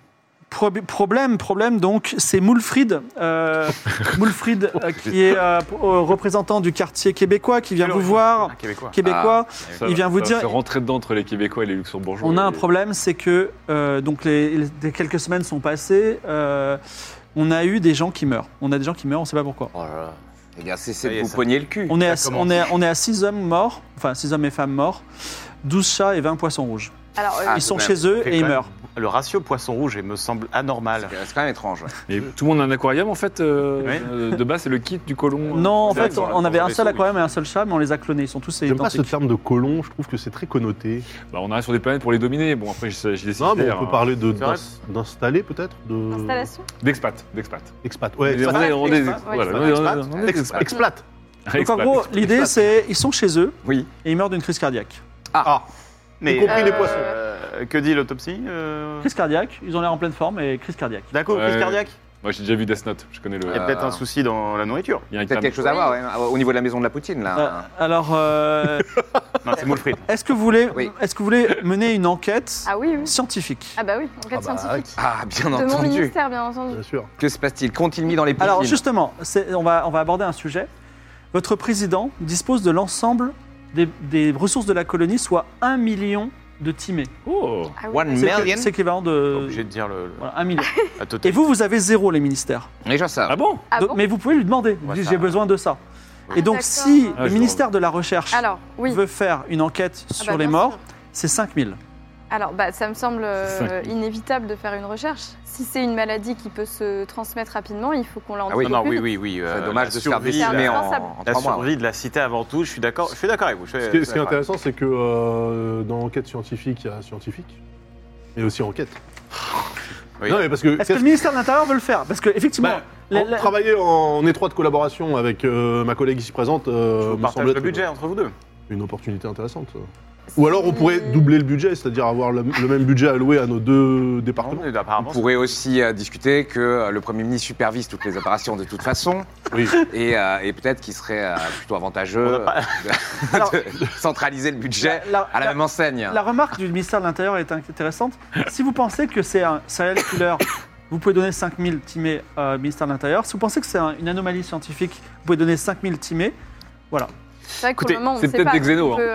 S2: Pro- problème, problème, donc, c'est Moulfried, euh, Moulfried euh, qui est euh, euh, représentant du quartier québécois, qui vient
S8: Quel
S2: vous
S8: origine
S2: voir,
S8: Un Québécois.
S2: québécois.
S6: Ça
S2: Il vient
S6: va-
S2: vous
S6: ça
S2: dire-
S6: va se rentrer dedans entre les Québécois et les Luxembourgeois.
S2: On a un
S6: Et-
S2: problème, c'est que euh, donc les, les- les quelques semaines sont passées, euh, on a eu des gens qui meurent. On a des gens qui meurent, on ne sait pas pourquoi.
S4: Oh là là. Les gars, cessez
S8: Ça y
S4: de
S8: est,
S4: vous
S8: ça-
S4: pogner le cul.
S2: On est, à,
S8: Ça commence.
S2: on, est, on est à six hommes morts, enfin six hommes et femmes morts, douze chats et vingt poissons rouges.
S5: Alors, euh,
S4: Ah,
S2: Ils sont
S4: tout de
S2: chez eux
S8: Fait
S2: et ils
S8: quand même-
S2: meurent.
S8: Le ratio poisson rouge il me semble anormal.
S4: C'est c'est quand même étrange. Ouais.
S6: Mais tout le monde a un aquarium en fait. euh,
S8: Oui.
S6: euh, de base, c'est le kit du colon.
S2: Non, en
S8: c'est
S2: fait,
S8: vrai,
S2: on, on avait
S8: dans
S2: un
S8: un
S2: seul
S8: vaisseau,
S2: aquarium et un seul chat, mais on les a clonés, ils sont tous
S7: J'aime pas ce
S2: identiques.
S7: terme de colon, je trouve que c'est très connoté.
S6: Bah, on arrive sur des planètes pour les dominer. Bon, après, j'ai j'ai décidé
S7: Non, mais
S6: de
S7: on
S6: faire,
S7: peut parler de-
S8: C'est vrai.
S7: d'ins- d'installer peut-être de...
S5: installation
S6: d'expat. D'expat.
S7: Expat. Ouais,
S6: Mais on
S7: expat.
S6: est- on est-
S5: expat, ouais,
S6: voilà,
S5: expat.
S6: on est-
S8: Expat.
S6: on est des
S7: Ex-
S6: expats.
S7: Explat.
S2: Donc en
S6: Expat,
S2: gros,
S6: expat.
S2: l'idée c'est, ils sont chez eux
S4: Oui.
S2: et ils meurent d'une crise cardiaque.
S7: Ah,
S8: Mais
S7: y compris les
S5: Euh,
S7: poissons.
S8: euh, que dit l'autopsie euh
S2: Crise cardiaque, ils ont l'air en pleine forme et crise cardiaque.
S8: D'accord, crise
S6: Ouais.
S8: cardiaque.
S6: Moi, j'ai déjà vu Death Note. Je connais le.
S8: Il y a
S4: Euh,
S8: peut-être un souci dans la nourriture.
S6: Il y a un
S4: Peut-être
S6: cam-
S4: quelque chose à
S5: Oui.
S4: voir ouais, au niveau de la maison de la Poutine, là.
S2: Euh, alors, euh,
S8: Non, c'est Moulfried.
S2: est-ce que vous voulez,
S4: Oui.
S2: est-ce que vous voulez mener une enquête
S5: Ah oui, oui.
S2: scientifique?
S5: Ah bah oui, enquête
S7: Ah bah,
S5: scientifique.
S4: Ah, bien
S5: De mon
S4: entendu.
S5: ministère, bien entendu.
S7: bien sûr.
S4: Que se passe-t-il Qu'ont-ils mis dans les Poutines
S2: Alors justement, c'est- on va, on va aborder un sujet. Votre président dispose de l'ensemble des, des ressources de la colonie, soit un million de timés.
S6: Oh.
S5: Ah oui.
S4: One
S2: C'est
S4: million
S2: c'est équivalent de...
S8: Obligé de dire le, le-
S2: Voilà, un million.
S8: la totalité.
S2: Et vous, vous avez zéro, les ministères.
S4: Déjà ça.
S6: Ah bon
S5: Ah
S2: Donc-
S5: bon
S2: mais vous pouvez lui demander, vous
S8: Ouais,
S2: dites,
S8: ça-
S2: j'ai besoin de ça. Et donc,
S5: d'accord.
S2: si
S6: Ah,
S2: le
S6: je
S2: ministère de la Recherche
S5: Alors, oui.
S2: veut faire une enquête
S5: Ah
S2: sur
S5: bah,
S2: les
S5: bien
S2: morts,
S5: sûr.
S2: c'est cinq mille.
S5: Alors, bah, ça me semble euh,
S6: Cinq mille.
S5: inévitable de faire une recherche. Si c'est une maladie qui peut se transmettre rapidement, il faut qu'on l'en
S4: Ah oui.
S8: Non, non, oui, oui, oui. euh,
S4: C'est dommage
S8: la
S4: de se faire
S8: survie,
S4: décimer
S8: la-
S4: en,
S5: indispensable.
S4: en
S8: La
S4: trois mois.
S8: survie de la cité avant tout, je suis d'accord, je suis d'accord avec vous. je suis-
S7: Ce qui est,
S8: je
S7: ce
S8: suis
S7: qui est
S8: d'accord.
S7: intéressant, c'est que euh, dans l'enquête scientifique, il y a scientifique, mais aussi enquête.
S8: Oui.
S7: Non, mais parce que,
S2: Est-ce que
S7: qu'est-ce
S2: le ministère de l'Intérieur veut le faire? Parce que effectivement,
S7: Bah,
S2: les-
S7: en-
S2: les-
S7: travailler en étroite collaboration avec euh, ma collègue ici présente
S8: Je
S7: euh,
S8: vous
S7: me
S8: partage
S7: semble
S8: le
S7: être
S8: budget entre vous deux.
S7: une opportunité intéressante. Ou alors on pourrait doubler le budget, c'est-à-dire avoir le, le même budget alloué à nos deux départements.
S8: Non, mais apparemment,
S4: On pourrait aussi euh, discuter que euh, le Premier ministre supervise toutes les opérations de toute façon,
S7: Oui.
S4: et, euh, et peut-être qu'il serait euh, plutôt avantageux
S8: On n'a pas-
S4: de,
S2: Alors-
S4: de centraliser le budget
S2: la, la-
S4: à la
S2: la-
S4: même enseigne.
S2: la remarque du ministère de l'Intérieur est intéressante. Si vous pensez que c'est un serial killer, vous pouvez donner cinq mille timés au ministère de l'Intérieur. Si vous pensez que c'est un- une anomalie scientifique, vous pouvez donner cinq mille timés. Voilà.
S5: C'est vrai que pour
S6: Écoutez,
S5: le moment, on
S6: c'est
S5: sait
S6: peut-être
S5: pas.
S6: des xénos,
S5: On peut, euh,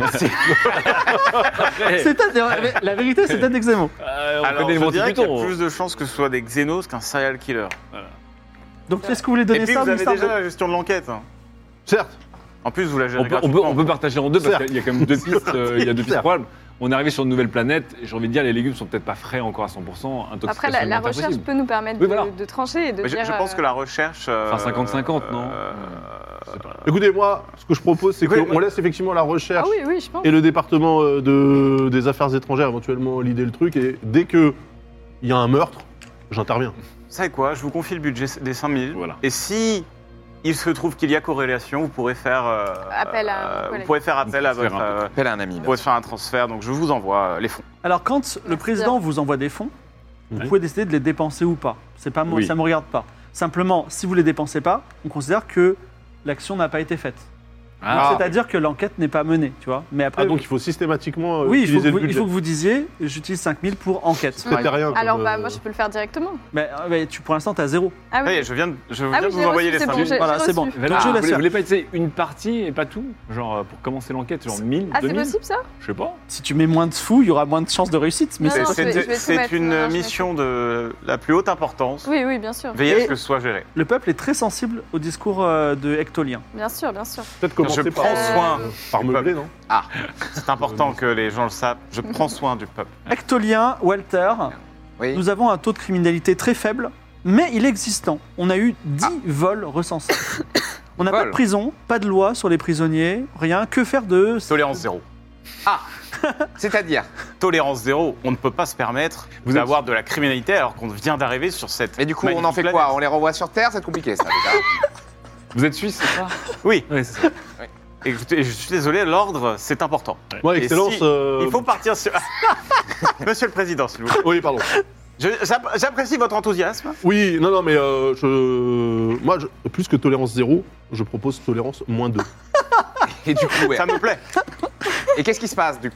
S2: C'est peut-être- la vérité, c'est peut-être Exemo.
S6: Euh, on
S8: Alors,
S6: connaît le
S8: je dirais qu'il y a
S6: Monty
S8: plus de chances que ce soit des xénos qu'un serial killer.
S2: Donc, est-ce que vous voulez
S8: Et
S2: donner
S8: puis
S2: ça
S8: vous
S2: au
S8: avez
S2: ministère
S8: déjà
S2: de-
S8: la gestion de l'enquête. hein.
S7: Certes.
S8: En plus, vous la gérez
S6: On peut, on, peut,
S8: gratuitement.
S6: on peut partager en deux parce
S7: Certes.
S6: qu'il y a quand même deux pistes. euh, il y a deux pistes
S7: Certes.
S6: probables. On est arrivé sur une nouvelle planète. Et j'ai envie de dire, les légumes sont peut-être pas frais encore à cent pour cent. Intoxication
S5: Après, la, la
S6: alimentaire
S5: recherche
S6: possible.
S5: peut nous permettre
S6: Oui,
S5: de,
S6: voilà.
S5: de trancher et de
S8: Mais je,
S5: dire.
S8: je pense
S5: euh,
S8: que la recherche. euh,
S6: Enfin, cinquante cinquante, non
S8: euh,
S7: Écoutez, moi, ce que je propose, c'est
S8: Oui,
S7: qu'on
S8: oui.
S7: laisse effectivement la
S5: Ah
S7: recherche
S5: oui, oui, je pense.
S7: et le département euh, de, des affaires étrangères éventuellement l'idée le truc, et dès que il y a un meurtre, j'interviens.
S8: Vous savez quoi Je vous confie le budget des cinq mille.
S6: Voilà.
S8: Et si il se trouve qu'il y a corrélation, vous pourrez faire. euh,
S5: Appel à un
S8: euh,
S5: collègue.
S8: Vous pourrez faire appel à
S6: On peut
S8: votre.
S6: faire un
S8: euh,
S4: Appelle à un ami.
S8: Vous pourrez faire un transfert, donc je vous envoie euh, les fonds.
S2: Alors, quand le président vous envoie des fonds, vous
S7: Oui.
S2: pouvez décider de les dépenser ou pas. C'est pas moi,
S6: Oui.
S2: ça me regarde pas. Simplement, si vous les dépensez pas, on considère que l'action n'a pas été faite.
S6: Ah,
S2: C'est-à-dire que l'enquête n'est pas menée, tu vois. Mais après,
S7: Ah, donc il faut systématiquement euh,
S2: oui, il faut,
S7: utiliser
S2: que vous,
S7: le
S2: il
S7: budget.
S2: faut que vous disiez, j'utilise cinq mille pour enquête.
S7: Faites rien. comme,
S5: Alors, bah,
S7: euh,
S5: moi, je peux le faire directement.
S2: Mais, euh, mais tu, pour l'instant, tu as zéro.
S5: Ah oui.
S8: Hey, je viens de, je viens
S5: Ah
S8: de
S5: oui,
S8: vous
S5: j'ai
S8: envoyer
S5: reçu,
S8: les
S5: c'est
S8: cinq
S5: bon,
S8: mille.
S5: j'ai-
S2: Voilà,
S5: j'ai
S2: c'est bon.
S5: reçu.
S6: mais
S2: Donc,
S6: là,
S2: je
S6: vous
S2: laisse
S6: voulez,
S2: faire.
S6: vous voulez pas essayer une partie et pas tout? Genre, euh, pour commencer l'enquête, genre mille,
S5: Ah,
S6: deux
S5: c'est
S6: mille?
S5: possible ça
S6: Je sais pas.
S2: Si tu mets moins de fous, il y aura moins de chances de réussite. Mais
S5: Non,
S2: c'est
S5: non,
S2: pas-
S5: je vais- je vais
S8: C'est
S5: tout
S8: c'est
S5: mettre. Non,
S8: une
S5: non, je vais
S8: mission de la plus haute importance.
S5: Oui, oui, bien sûr.
S8: Veillez à
S2: Et-
S8: ce que ce soit géré.
S2: le peuple est très sensible au discours euh, de Hectolien.
S5: Bien sûr, bien sûr.
S7: Peut-être commencer
S8: Je
S7: par,
S8: prends
S5: Euh,
S8: soin.
S7: par
S8: du
S7: meubler,
S8: peuple.
S7: non
S8: C'est important que les gens le savent. Je prends soin du peuple.
S2: Hectolien, Walter,
S4: Oui.
S2: nous avons un taux de criminalité très faible, mais il est existant. On a eu dix
S8: Ah.
S2: vols recensés. On n'a pas
S4: Vols.
S2: de prison, pas de loi sur les prisonniers, rien. Que faire de...
S8: Tolérance zéro.
S4: C'est-à-dire
S8: Tolérance zéro. On ne peut pas se permettre
S6: Vous
S8: d'avoir de la criminalité alors qu'on vient d'arriver sur cette.
S4: Et du coup, on en
S8: magnifique
S4: fait
S8: planète.
S4: quoi On les renvoie sur Terre C'est compliqué, ça, déjà.
S6: Vous êtes suisse, c'est ça?
S8: Oui.
S6: Oui, c'est ça.
S8: Écoutez, je suis désolé, l'ordre, c'est important.
S7: Moi,
S8: Et
S7: excellence.
S8: si-
S7: euh,
S8: Il faut partir sur. Monsieur le Président, s'il vous plaît.
S7: Oui, pardon.
S8: Je- j'app- J'apprécie votre enthousiasme.
S7: Oui, non, non, mais euh, je... moi, je- plus que tolérance zéro, je propose tolérance moins deux.
S4: Et du coup, ouais.
S8: Ça me plaît.
S4: Et qu'est-ce qui se passe, du coup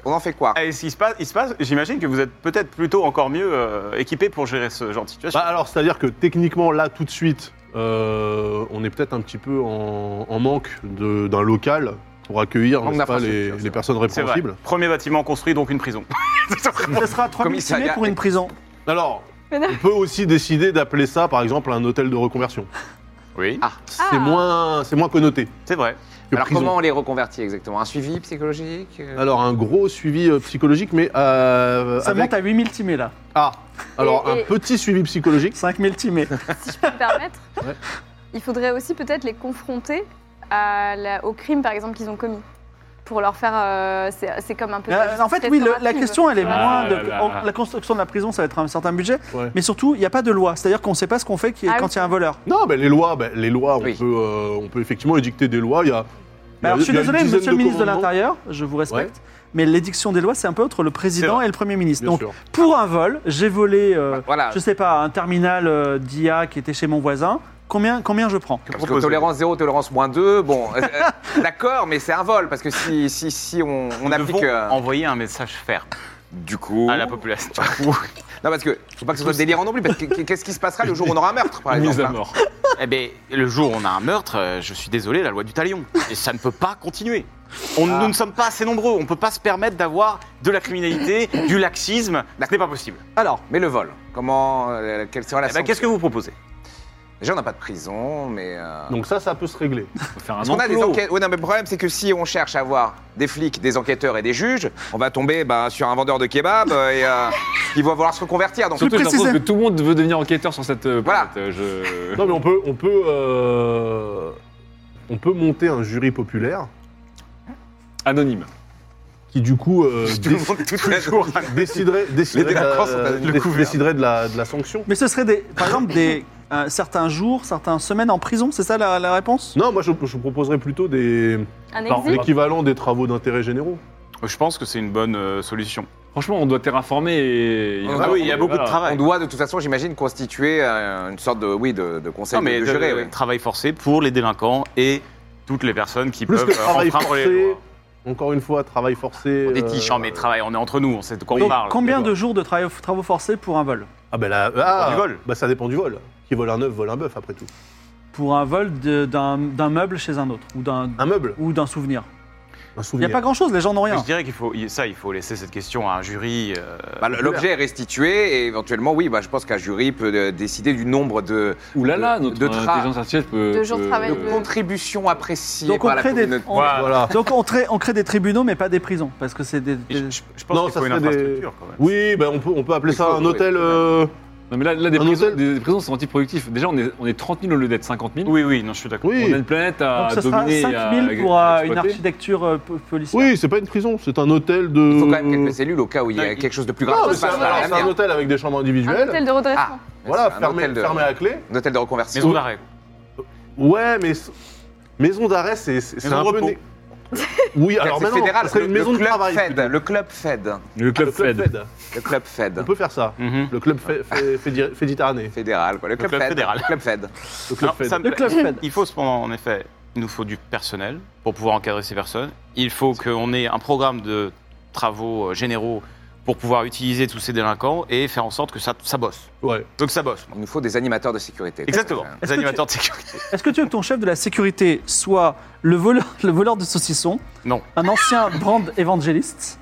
S4: on en fait quoi?
S8: Et ce qui se passe, il se passe, j'imagine que vous êtes peut-être plutôt encore mieux euh, équipé pour gérer ce genre de situation.
S7: Bah alors, c'est-à-dire que techniquement, là, tout de suite, euh, on est peut-être un petit peu en, en manque de- d'un local pour accueillir
S4: Manque
S7: n'est-ce pas, les,
S4: d'infrastructure, c'est
S7: les
S4: vrai.
S7: personnes
S8: C'est vrai.
S7: répréhensibles.
S8: Premier bâtiment construit, donc une prison.
S2: Ce sera trois mille
S4: Commissariat.
S2: pour une prison.
S7: Alors,
S5: Mais non.
S7: on peut aussi décider d'appeler ça, par exemple, un hôtel de reconversion.
S8: Oui,
S4: Ah,
S7: C'est
S5: Ah.
S7: moins, c'est moins connoté
S8: c'est vrai.
S7: que
S4: alors
S7: prison.
S4: comment on les reconvertit exactement? Un suivi psychologique euh
S7: Alors, un gros suivi euh, psychologique, mais euh,
S2: Ça
S7: avec...
S2: monte à huit mille timés là.
S7: Ah, alors
S5: Et-
S7: un
S5: et-
S7: petit suivi psychologique.
S2: cinq mille timés.
S5: Si je peux me permettre,
S7: Ouais.
S5: il faudrait aussi peut-être les confronter à la- au crime, par exemple, qu'ils ont commis. Pour leur faire. euh, c'est c'est comme un peu. de
S2: Euh, en fait,
S5: justice
S2: oui, le- la
S5: restaurative.
S2: question, elle est
S6: Ah
S2: moins de.
S6: là là.
S2: en- La construction de la prison, ça va être un certain budget,
S7: Ouais.
S2: mais surtout, il n'y a pas de loi. C'est-à-dire qu'on ne sait pas ce qu'on fait qui-
S5: Ah oui,
S2: quand il y a un voleur.
S7: Non, ben les lois, ben, les lois, on,
S4: Oui.
S7: peut, euh, on peut effectivement édicter des lois. Il y a.
S2: Mais alors,
S7: il y a-
S2: je suis
S7: il y a une
S2: désolé,
S7: dizaine
S2: monsieur le ministre de
S7: commandements.
S2: l'Intérieur, je vous respecte,
S7: Ouais.
S2: mais l'édiction des lois, c'est un peu entre le président
S7: vrai.
S2: et le Premier ministre.
S7: Bien
S2: Donc,
S7: sûr.
S2: pour un vol, j'ai volé, euh,
S4: Voilà.
S2: je sais pas, un terminal euh, d'I A qui était chez mon voisin. Combien, combien je prends?
S4: Parce que
S8: Proposé.
S4: tolérance zéro, tolérance moins deux, bon, euh, euh, d'accord, mais c'est un vol, parce que si, si, si on, on
S8: Nous
S4: applique...
S8: devons
S4: euh,
S8: envoyer un message ferme
S4: Du coup...
S8: à la population.
S4: Non, parce que faut pas que ce soit délirant non plus, parce que qu'est-ce qui se passera le jour où on aura un meurtre, par
S6: Mise
S4: exemple
S6: à
S4: hein
S6: mort.
S8: Eh bien, le jour où on a un meurtre, euh, je suis désolé, la loi du talion. Et ça ne peut pas continuer. On,
S4: Ah.
S8: Nous ne sommes pas assez nombreux. On ne peut pas se permettre d'avoir de la criminalité, du laxisme. Ce n'est pas possible.
S2: Alors,
S4: Mais le vol, comment... euh, quelle sera la
S8: Eh ben,
S4: sanction?
S8: Qu'est-ce que vous proposez?
S4: Déjà, on n'a pas de prison, mais... euh,
S7: Donc ça, ça peut se régler.
S6: Faut faire un
S4: Parce qu'on a des
S6: enclos.
S4: enquêtes. Oui, non, mais le problème, c'est que si on cherche à avoir des flics, des enquêteurs et des juges, on va tomber bah, sur un vendeur de kebab euh, et euh, il va vouloir se reconvertir. Donc,
S6: Surtout, j'ai l'impression
S2: préciser.
S6: que tout le monde veut devenir enquêteur sur cette euh,
S4: Voilà.
S6: planète. Euh, Je...
S7: Non, mais on peut, on peut, euh, on peut monter un jury populaire
S6: Anonyme.
S7: qui du coup euh,
S4: tout le
S7: dé-
S4: monde, tout le jour.
S7: déciderait, déciderait,
S4: Les
S7: de la,
S4: délinquants sont à- le
S7: dé-
S4: couvert.
S7: déciderait de la, de la sanction.
S2: mais ce serait des, par exemple des euh, certains jours, certaines semaines en prison, c'est ça la, la réponse?
S7: Non, moi je, je proposerais plutôt des
S5: Un
S7: par-
S5: exil.
S7: l'équivalent des travaux d'intérêt généraux.
S8: Je pense que c'est une bonne euh, solution.
S6: Franchement, on doit terraformer et...
S4: Ah oui,
S8: il y a beaucoup de
S6: Voilà.
S8: travail.
S4: On doit de toute façon, j'imagine, constituer euh, une sorte de, oui, de, de conseil
S8: Non, mais
S4: de, de
S8: de-
S4: juré.
S8: de
S4: oui.
S8: travail forcé pour les délinquants et toutes les personnes qui
S7: Plus
S8: peuvent
S7: que travail
S8: enfreindre les
S7: forcé,
S8: lois.
S7: encore une fois, travail forcé.
S8: On est
S7: euh,
S8: tiches, mais travail, on est entre nous, on sait de quoi on
S2: Donc,
S8: parle.
S2: combien
S8: D'accord.
S2: de jours de travail- travaux forcés pour un vol?
S7: Ah ben là, ah,
S8: du vol.
S7: Bah ça dépend du vol. Qui vole un œuf vole un bœuf après tout.
S2: Pour un vol de- d'un d'un meuble chez un autre ou d'un
S7: Un meuble,
S2: ou d'un souvenir.
S7: un
S2: Il n'y
S7: souvenir.
S2: a pas grand-chose, les gens n'ont
S8: Mais
S2: rien.
S8: je dirais qu'il faut, ça, il faut laisser cette question à un jury. euh,
S4: Bah, le- L'objet est restitué et éventuellement, oui, bah, je pense qu'un jury peut euh, décider du nombre de,
S6: Ouh là là,
S4: de-
S6: notre
S4: de tra-
S6: intelligence artificielle peut...
S5: De jours de
S6: peut-
S5: travail,
S4: de
S5: de-
S4: contributions appréciées
S2: Donc on
S4: par la
S2: crée des,
S4: communauté.
S2: on-
S8: Voilà.
S7: Voilà.
S2: donc on crée, on crée des tribunaux, mais pas des prisons, parce que c'est des.
S8: Et
S2: des-
S8: Je, je- je pense
S7: Non,
S8: qu'il
S7: ça
S8: faut une
S7: serait des-
S8: infrastructure quand même.
S7: Oui, ben on peut, on peut appeler
S4: Il
S7: ça
S4: faut,
S7: un
S4: oui,
S7: hôtel.
S4: oui.
S7: euh,
S6: Non mais là, là des,
S7: Un
S6: prisons,
S7: hôtel
S6: des prisons sont antiproductifs. Déjà, on est, on est trente mille au lieu d'être cinquante mille.
S8: Oui, oui, non, je suis d'accord.
S7: Oui.
S6: On a une planète à
S2: Donc ce sera
S6: dominer. et
S2: cinq
S6: à-
S2: mille pour
S6: à
S2: euh, une
S6: exploiter.
S2: architecture euh, po- policière.
S7: Oui, c'est pas une prison, c'est un hôtel de.
S4: Il faut quand même quelques cellules au cas où il y a
S8: Non,
S4: quelque chose de plus
S7: Non,
S4: grave
S7: mais
S4: qui se
S7: c'est
S4: passe
S7: un,
S4: par
S7: alors,
S4: la
S7: c'est un
S4: mer.
S7: hôtel avec des chambres
S5: Un
S7: individuelles.
S5: hôtel de redressement.
S4: Ah,
S7: Voilà,
S4: c'est un
S7: fermé,
S4: hôtel de-
S7: fermé à clé.
S4: Un hôtel de reconversion.
S8: Maison d'arrêt.
S7: Ouais, mais s- maison d'arrêt, c'est c'est
S8: Maison
S7: un
S8: de
S7: peu.
S8: repos.
S7: né- Oui, alors
S4: C'est
S7: maintenant,
S4: fédéral,
S7: ça serait
S4: le,
S7: une
S4: le
S7: maison de
S4: club
S7: travail.
S4: Fed,
S7: plutôt.
S4: le club Fed,
S6: Le club
S7: Le club
S6: Fed.
S7: Fed.
S4: le club Fed.
S7: On peut faire ça.
S8: Mhm.
S7: Le club Fe- Fe- Fédi- Féditerranée.
S4: Fédéral, quoi. Le club,
S8: club
S4: Fed.
S8: fédéral.
S4: Le club Fed.
S7: Le club
S8: Alors,
S7: Fed.
S8: ça me
S2: Le
S8: plaît.
S2: club Fed.
S8: Il faut cependant, en effet, il nous faut du personnel pour pouvoir encadrer ces personnes. Il faut qu'on ait un programme de travaux euh, généraux pour pouvoir utiliser tous ces délinquants et faire en sorte que ça, ça bosse.
S7: Ouais.
S8: Donc ça bosse.
S4: Il nous faut des animateurs de sécurité.
S8: Exactement.
S2: Est-ce
S8: Les
S2: que
S8: animateurs de sécurité.
S2: Est-ce que tu veux que ton chef de la sécurité soit le voleur, le voleur de saucissons,
S8: Non.
S2: un ancien brand évangéliste,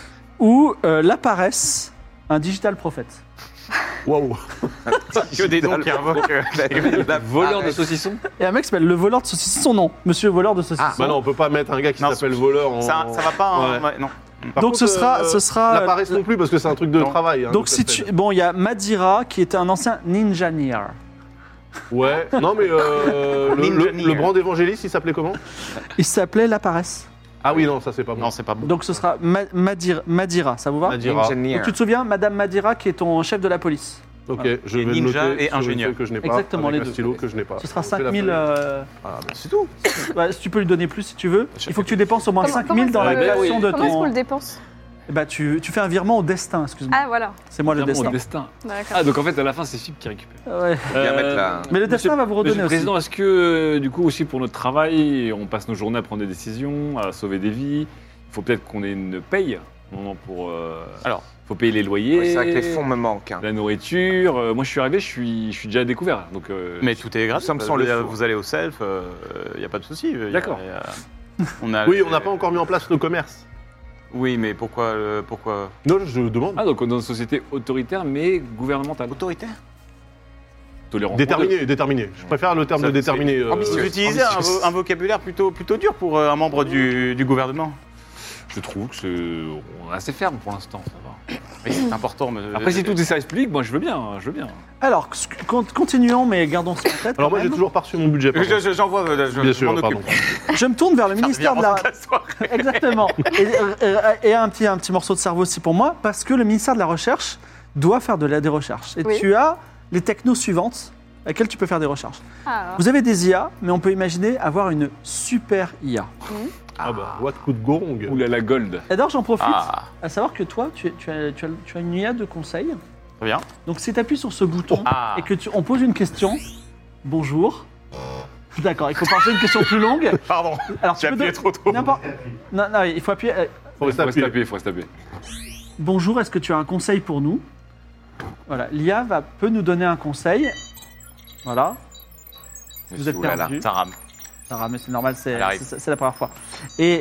S2: ou euh, la paresse, un digital prophète?
S7: Waouh.
S8: Que des noms qui invoquent. euh,
S4: La
S6: Voleur de
S4: paresse.
S6: saucisson.
S2: Et un mec s'appelle le voleur de saucissons, son nom, monsieur voleur de saucissons.
S4: Ah,
S7: Bah non, on peut pas mettre un gars qui
S8: Non,
S7: s'appelle voleur en.
S8: Ça, ça va pas. hein,
S7: Ouais.
S8: ouais, non.
S7: Par
S2: Donc
S7: contre,
S2: ce sera,
S7: euh,
S2: ce sera.
S7: La paresse non plus, parce que c'est un truc de
S8: Non.
S7: travail. hein,
S2: Donc
S7: le
S2: si
S7: club
S2: tu,
S7: Fed.
S2: bon, il y a Madira qui était un ancien ninjanier.
S7: Ouais, non mais euh, le, le,
S8: Ninja
S7: le brand évangéliste, il s'appelait comment?
S2: Il s'appelait la paresse.
S7: Ah oui, non, ça c'est pas bon.
S8: Non, c'est pas bon.
S2: Donc ce sera Ma- Madira, Madira, ça vous va?
S7: Madira.
S4: Engineer.
S2: Donc tu te souviens, Madame Madira qui est ton chef de la police.
S7: Ok, je
S8: Et
S7: vais
S8: ninja
S7: le noter
S8: et
S7: sur une
S8: ingénieur.
S7: feuille que je n'ai pas.
S2: Exactement,
S7: avec
S2: les
S7: un
S2: deux.
S7: stylo que je n'ai pas.
S2: Ce sera
S7: Je fais la
S2: cinq mille.
S7: feuille.
S2: euh,
S7: Ah, bah, c'est tout.
S2: bah, si tu peux lui donner plus si tu veux. Il faut que tu dépenses au moins
S5: Comment-
S2: cinq
S5: comment
S2: mille dans la
S5: est-ce qu'on le-
S2: création de
S5: Comment est-ce qu'on
S2: ton.
S5: le dépense?
S2: Eh bah, tu, tu fais un virement au destin, excuse-moi.
S5: Ah, voilà.
S2: C'est moi le
S6: Vraiment,
S2: destin.
S6: au destin.
S5: D'accord.
S6: Ah, donc en fait, à la fin, c'est Philippe qui récupère.
S2: Ouais.
S4: Bien mettre la-
S2: Mais le destin va vous redonner
S6: Monsieur le
S2: aussi.
S6: Président, est-ce que, euh, du coup, aussi pour notre travail, on passe nos journées à prendre des décisions, à sauver des vies, il faut peut-être qu'on ait une paye ce moment pour. euh,
S8: Alors.
S6: faut payer les loyers.
S4: Ouais, c'est vrai que les fonds me manquent. hein.
S6: La nourriture. Euh, moi, je suis arrivé, je suis, je suis déjà découvert. Donc, euh,
S8: Mais tout est gratuit.
S4: Nous sommes sans le faux.
S8: Vous allez au self, il n'y a pas de souci. Il y a-
S6: D'accord.
S8: il y a- On a,
S7: Oui, on n'a pas encore mis en place nos commerces.
S8: Oui, mais pourquoi, euh, pourquoi
S7: Non, je demande.
S6: Ah, donc dans une société autoritaire mais gouvernementale.
S8: autoritaire
S6: Tolérance.
S7: Déterminé, déterminé. Je préfère le terme
S8: Ça,
S7: de déterminé.
S8: c'est
S7: euh,
S8: Vous utilisez un, vo- un vocabulaire plutôt, plutôt dur pour euh, un membre du, du gouvernement.
S6: Je trouve que c'est on est assez ferme pour l'instant. Ça va.
S8: Oui, c'est important. Mais...
S6: Après, si tout est service public, moi, je veux bien, je veux bien.
S2: Alors, con- continuons, mais gardons ça en tête.
S7: Alors
S2: quand
S7: moi, j'ai
S2: même.
S7: toujours pas reçu mon budget. par
S8: Je-
S7: contre.
S8: je- J'en vois, je,
S7: Bien
S8: je
S7: sûr,
S8: m'en
S7: pardon.
S8: occupe.
S2: Je me tourne vers le ministère de la...
S8: Casse-toi.
S2: Exactement. Et, euh, et un, petit, un petit morceau de cerveau aussi pour moi, parce que le ministère de la Recherche doit faire de la, des recherches. Et
S5: Oui.
S2: tu as les technos suivantes avec lesquelles tu peux faire des recherches.
S5: Ah,
S2: Vous avez des I A, mais on peut imaginer avoir une super I A.
S7: Ah bah, what coup de gorong.
S6: Ouh là la gold.
S2: Et d'ailleurs, j'en profite
S8: Ah,
S2: à savoir que toi, tu, tu as, tu, as, tu as une I A de conseil.
S8: très bien.
S2: Donc si tu appuies sur ce bouton
S8: Ah.
S2: et que tu, on pose une question, bonjour. D'accord, il faut penser une question plus longue.
S8: Pardon,
S2: Alors
S8: j'ai
S2: peux
S8: appuyé
S2: don-
S8: trop tôt.
S2: n'importe- Non, non, il faut appuyer. euh,
S7: Faut
S6: Il
S7: rester
S6: faut rester
S7: appuyé.
S6: taper, il faut rester taper.
S2: Bonjour, est-ce que tu as un conseil pour nous? Voilà, l'I A va, peut nous donner un conseil. Voilà, vous êtes
S4: Ouh là là.
S2: perdu.
S8: Ça rame.
S2: Sarah, mais c'est normal, c'est
S8: Elle arrive.
S2: c'est- c'est la première fois. Et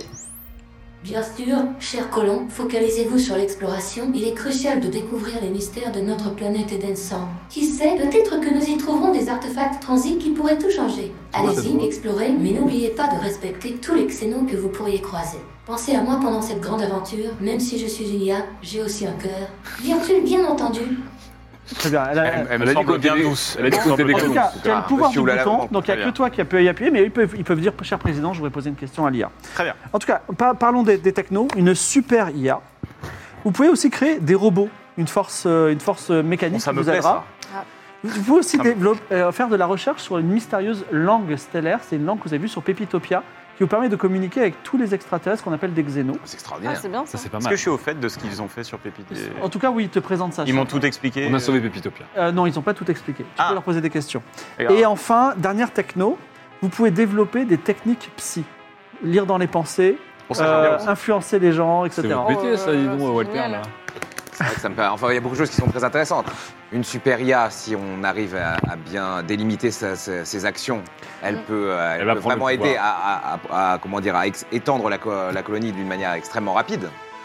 S9: Bien sûr, chers colons, focalisez-vous sur l'exploration. Il est crucial de découvrir les mystères de notre planète Eden cent. Qui sait, peut-être que nous y trouverons des artefacts transits qui pourraient tout changer. Allez-y, explorez, mais n'oubliez pas de respecter tous les xénos que vous pourriez croiser. Pensez à moi pendant cette grande aventure, même si je suis une I A, j'ai aussi un cœur. Virtuel, bien entendu.
S2: très bien, elle a-
S8: Elle, elle
S6: Elle
S8: me
S6: a dit
S8: semble
S6: qu'on
S8: bien
S6: était-
S8: douce.
S6: Elle a dit qu'on était des
S2: En tout
S6: colons.
S2: cas, tu as le
S4: Ah,
S2: pouvoir
S4: monsieur
S2: du
S4: Oulala,
S2: bouton,
S4: bon,
S2: donc il n'y a
S8: très
S2: que
S8: bien.
S2: toi qui peux y appuyer, mais ils peuvent, ils peuvent dire, cher président, je voudrais poser une question à l'I A.
S8: Très bien.
S2: En tout cas, par- parlons des, des technos, une super I A. Vous pouvez aussi créer des robots, une force, euh, une force mécanique
S8: Bon, ça
S2: qui
S8: me
S2: vous
S8: plaît,
S2: aidera.
S8: ça.
S2: Vous pouvez aussi
S8: Ça me-
S2: développer- euh, faire de la recherche sur une mystérieuse langue stellaire. C'est une langue que vous avez vue sur Pépitopia, qui vous permet de communiquer avec tous les extraterrestres qu'on appelle des xénos.
S4: C'est
S5: ah,
S4: extraordinaire.
S5: c'est bien ça.
S6: Ça, c'est pas
S8: Est-ce
S6: mal.
S8: que je suis au fait de ce qu'ils ont fait sur Pépite
S2: En tout cas, oui, ils te présentent ça.
S8: Ils m'ont tout expliqué.
S6: On a sauvé Pépitopia.
S2: Euh, non, ils n'ont pas tout expliqué. Tu
S8: Ah.
S2: peux leur poser des questions.
S8: Regarde.
S2: Et enfin, dernière techno, vous pouvez développer des techniques psy. Lire dans les pensées,
S8: Bon, ça, j'aime bien
S2: euh,
S8: aussi.
S2: influencer les gens, et
S6: C'est
S2: cetera.
S6: votre métier, ça, dis donc,
S5: c'est
S6: Walter.
S5: génial.
S6: Là.
S4: C'est vrai que ça me paraît- Enfin, il y a beaucoup de choses qui sont très intéressantes. Une super I A, si on arrive à, à bien délimiter sa- sa- ses actions, elle
S5: Mm.
S4: peut, euh, elle
S6: Elle va
S4: peut
S6: prendre
S4: vraiment
S6: le
S4: aider
S6: pouvoir.
S4: à, à- à- à, comment dire, à ex- étendre la, co- la colonie d'une manière extrêmement rapide.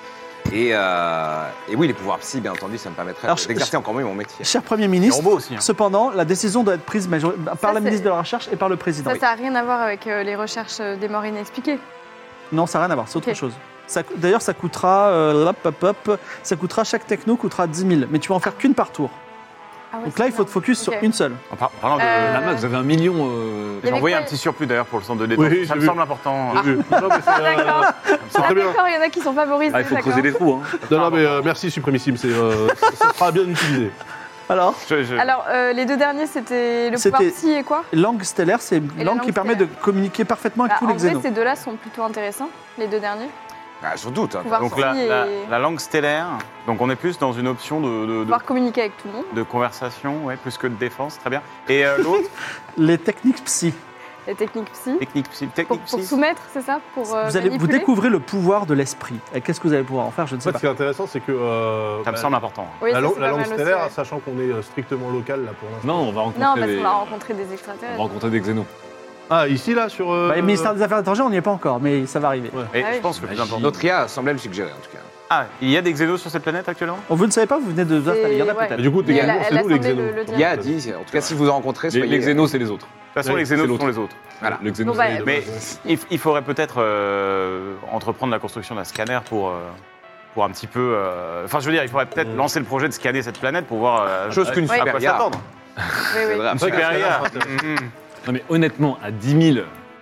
S4: Et, euh, et oui, les pouvoirs psy, bien entendu, ça me permettrait
S2: Alors, je-
S4: d'exercer encore mieux mon métier.
S2: Cher Premier
S8: Les
S2: ministre,
S8: robots aussi. hein.
S2: cependant, la décision doit être prise major- par la
S5: c'est-
S2: ministre de la Recherche et par le président.
S5: Ça, ça n'a rien à voir avec euh, les recherches euh, des morts inexpliquées.
S2: Non, ça n'a rien à voir, c'est autre
S5: Ok.
S2: chose. Ça co- D'ailleurs, ça coûtera, euh, hop, hop, hop, ça coûtera, chaque techno coûtera dix mille, mais tu vas en faire qu'une par tour.
S5: Ah ouais,
S2: Donc
S5: c'est
S2: là, il faut
S5: bien.
S2: te focus
S5: Ok.
S2: sur une seule.
S8: En par- parlant de.
S5: Euh,
S6: La Mac, vous avez un million. euh,
S5: Il y
S8: J'ai
S5: avait
S8: envoyé
S5: quoi
S8: un petit surplus d'ailleurs pour le centre de détente.
S7: Oui,
S8: ça
S7: j'ai
S8: me
S7: vu.
S8: semble important.
S7: J'ai vu. Non, mais c'est,
S5: Ah,
S7: euh,
S5: d'accord.
S7: c'est
S5: Ah,
S7: très bien.
S5: d'accord, il y en a qui sont favorisés.
S6: Ah, il faut
S5: d'accord.
S6: creuser des trous. Hein.
S7: Non, non, mais euh, merci Suprémissime, c'est, euh, ça, ça sera bien utilisé.
S2: Alors,
S8: Je- je-
S5: Alors, euh, les deux derniers, c'était le pouvoir
S2: C'était-
S5: psy et quoi
S2: langue stellaire, c'est une
S5: la
S2: langue qui
S5: langue
S2: permet de
S5: stellaire.
S2: communiquer parfaitement avec
S5: Bah,
S2: tous
S5: En
S2: les
S5: vrai,
S2: xénos.
S5: ces deux-là sont plutôt intéressants, les deux derniers.
S4: Ah, sans doute. hein.
S5: Pouvoir
S8: Donc
S5: psy
S8: la, la-
S5: et
S8: la langue stellaire, donc on est plus dans une option de, de, de-
S5: pouvoir communiquer avec tout le monde.
S8: de conversation, ouais, plus que de défense, très bien. Et euh, l'autre,
S2: Les techniques psy.
S5: Les techniques psy.
S8: technique psy.
S5: Pour,
S8: Technique
S5: pour
S8: psy.
S5: soumettre, c'est ça Pour euh,
S2: vous, allez, vous
S5: manipuler
S2: découvrez le pouvoir de l'esprit. Et qu'est-ce que vous allez pouvoir en faire Je ne
S7: En
S2: sais
S7: fait,
S2: pas.
S7: ce qui est intéressant, c'est que euh,
S8: Ça me
S7: bah,
S8: semble important.
S5: Oui,
S7: la,
S5: ça,
S7: langue-
S5: c'est
S7: la
S5: pas
S7: langue
S5: mal aussi,
S7: stellaire,
S5: ouais.
S7: sachant qu'on est euh, strictement local là pour l'instant.
S6: Non, on va rencontrer
S5: Non, parce
S6: des...
S5: qu'on va rencontrer des
S6: on va
S5: extraterrestres.
S6: rencontrer des xénos.
S7: Ah, ici là sur. euh,
S2: Bah, le ministère des Affaires étrangères, on n'y est pas encore, mais ça va arriver.
S7: Ouais.
S8: Et
S5: Ah
S8: je
S5: oui.
S8: pense que le plus
S6: Magie.
S8: important.
S4: Notre I A semblait le suggérer, en tout cas.
S8: Ah, il y a des xénos sur cette planète actuellement
S2: Oh, vous ne savez pas, vous venez de vous installer. Il y en a
S5: Et- ouais.
S2: peut-être.
S7: Mais du coup,
S5: Mais
S7: des
S5: elle a-
S7: xénos,
S5: elle
S7: c'est
S5: a
S7: nous les
S5: semblé
S7: xénos.
S5: le- le dire.
S4: Il y a dit, en tout cas, si vous en rencontrez,
S6: Les,
S4: soyez...
S6: les xénos, c'est les autres.
S8: De toute façon,
S7: Oui,
S8: les xénos
S6: c'est
S8: sont
S6: l'autre.
S8: les autres.
S4: Voilà.
S6: Les xénos,
S5: Bon, bah,
S6: c'est les
S8: Mais
S6: autres.
S8: il, il faudrait peut-être euh, entreprendre la construction d'un scanner pour, euh, pour un petit peu. euh, Enfin, je veux dire, il faudrait peut-être
S7: Mm.
S8: lancer le projet de scanner cette planète pour voir. euh,
S4: Chose qu'une
S5: Oui.
S8: à quoi
S4: super I A.
S8: s'attendre.
S5: Oui,
S4: C'est
S5: oui.
S4: vrai,
S8: Une super I A. Mhm.
S6: Non, mais honnêtement, à dix mille,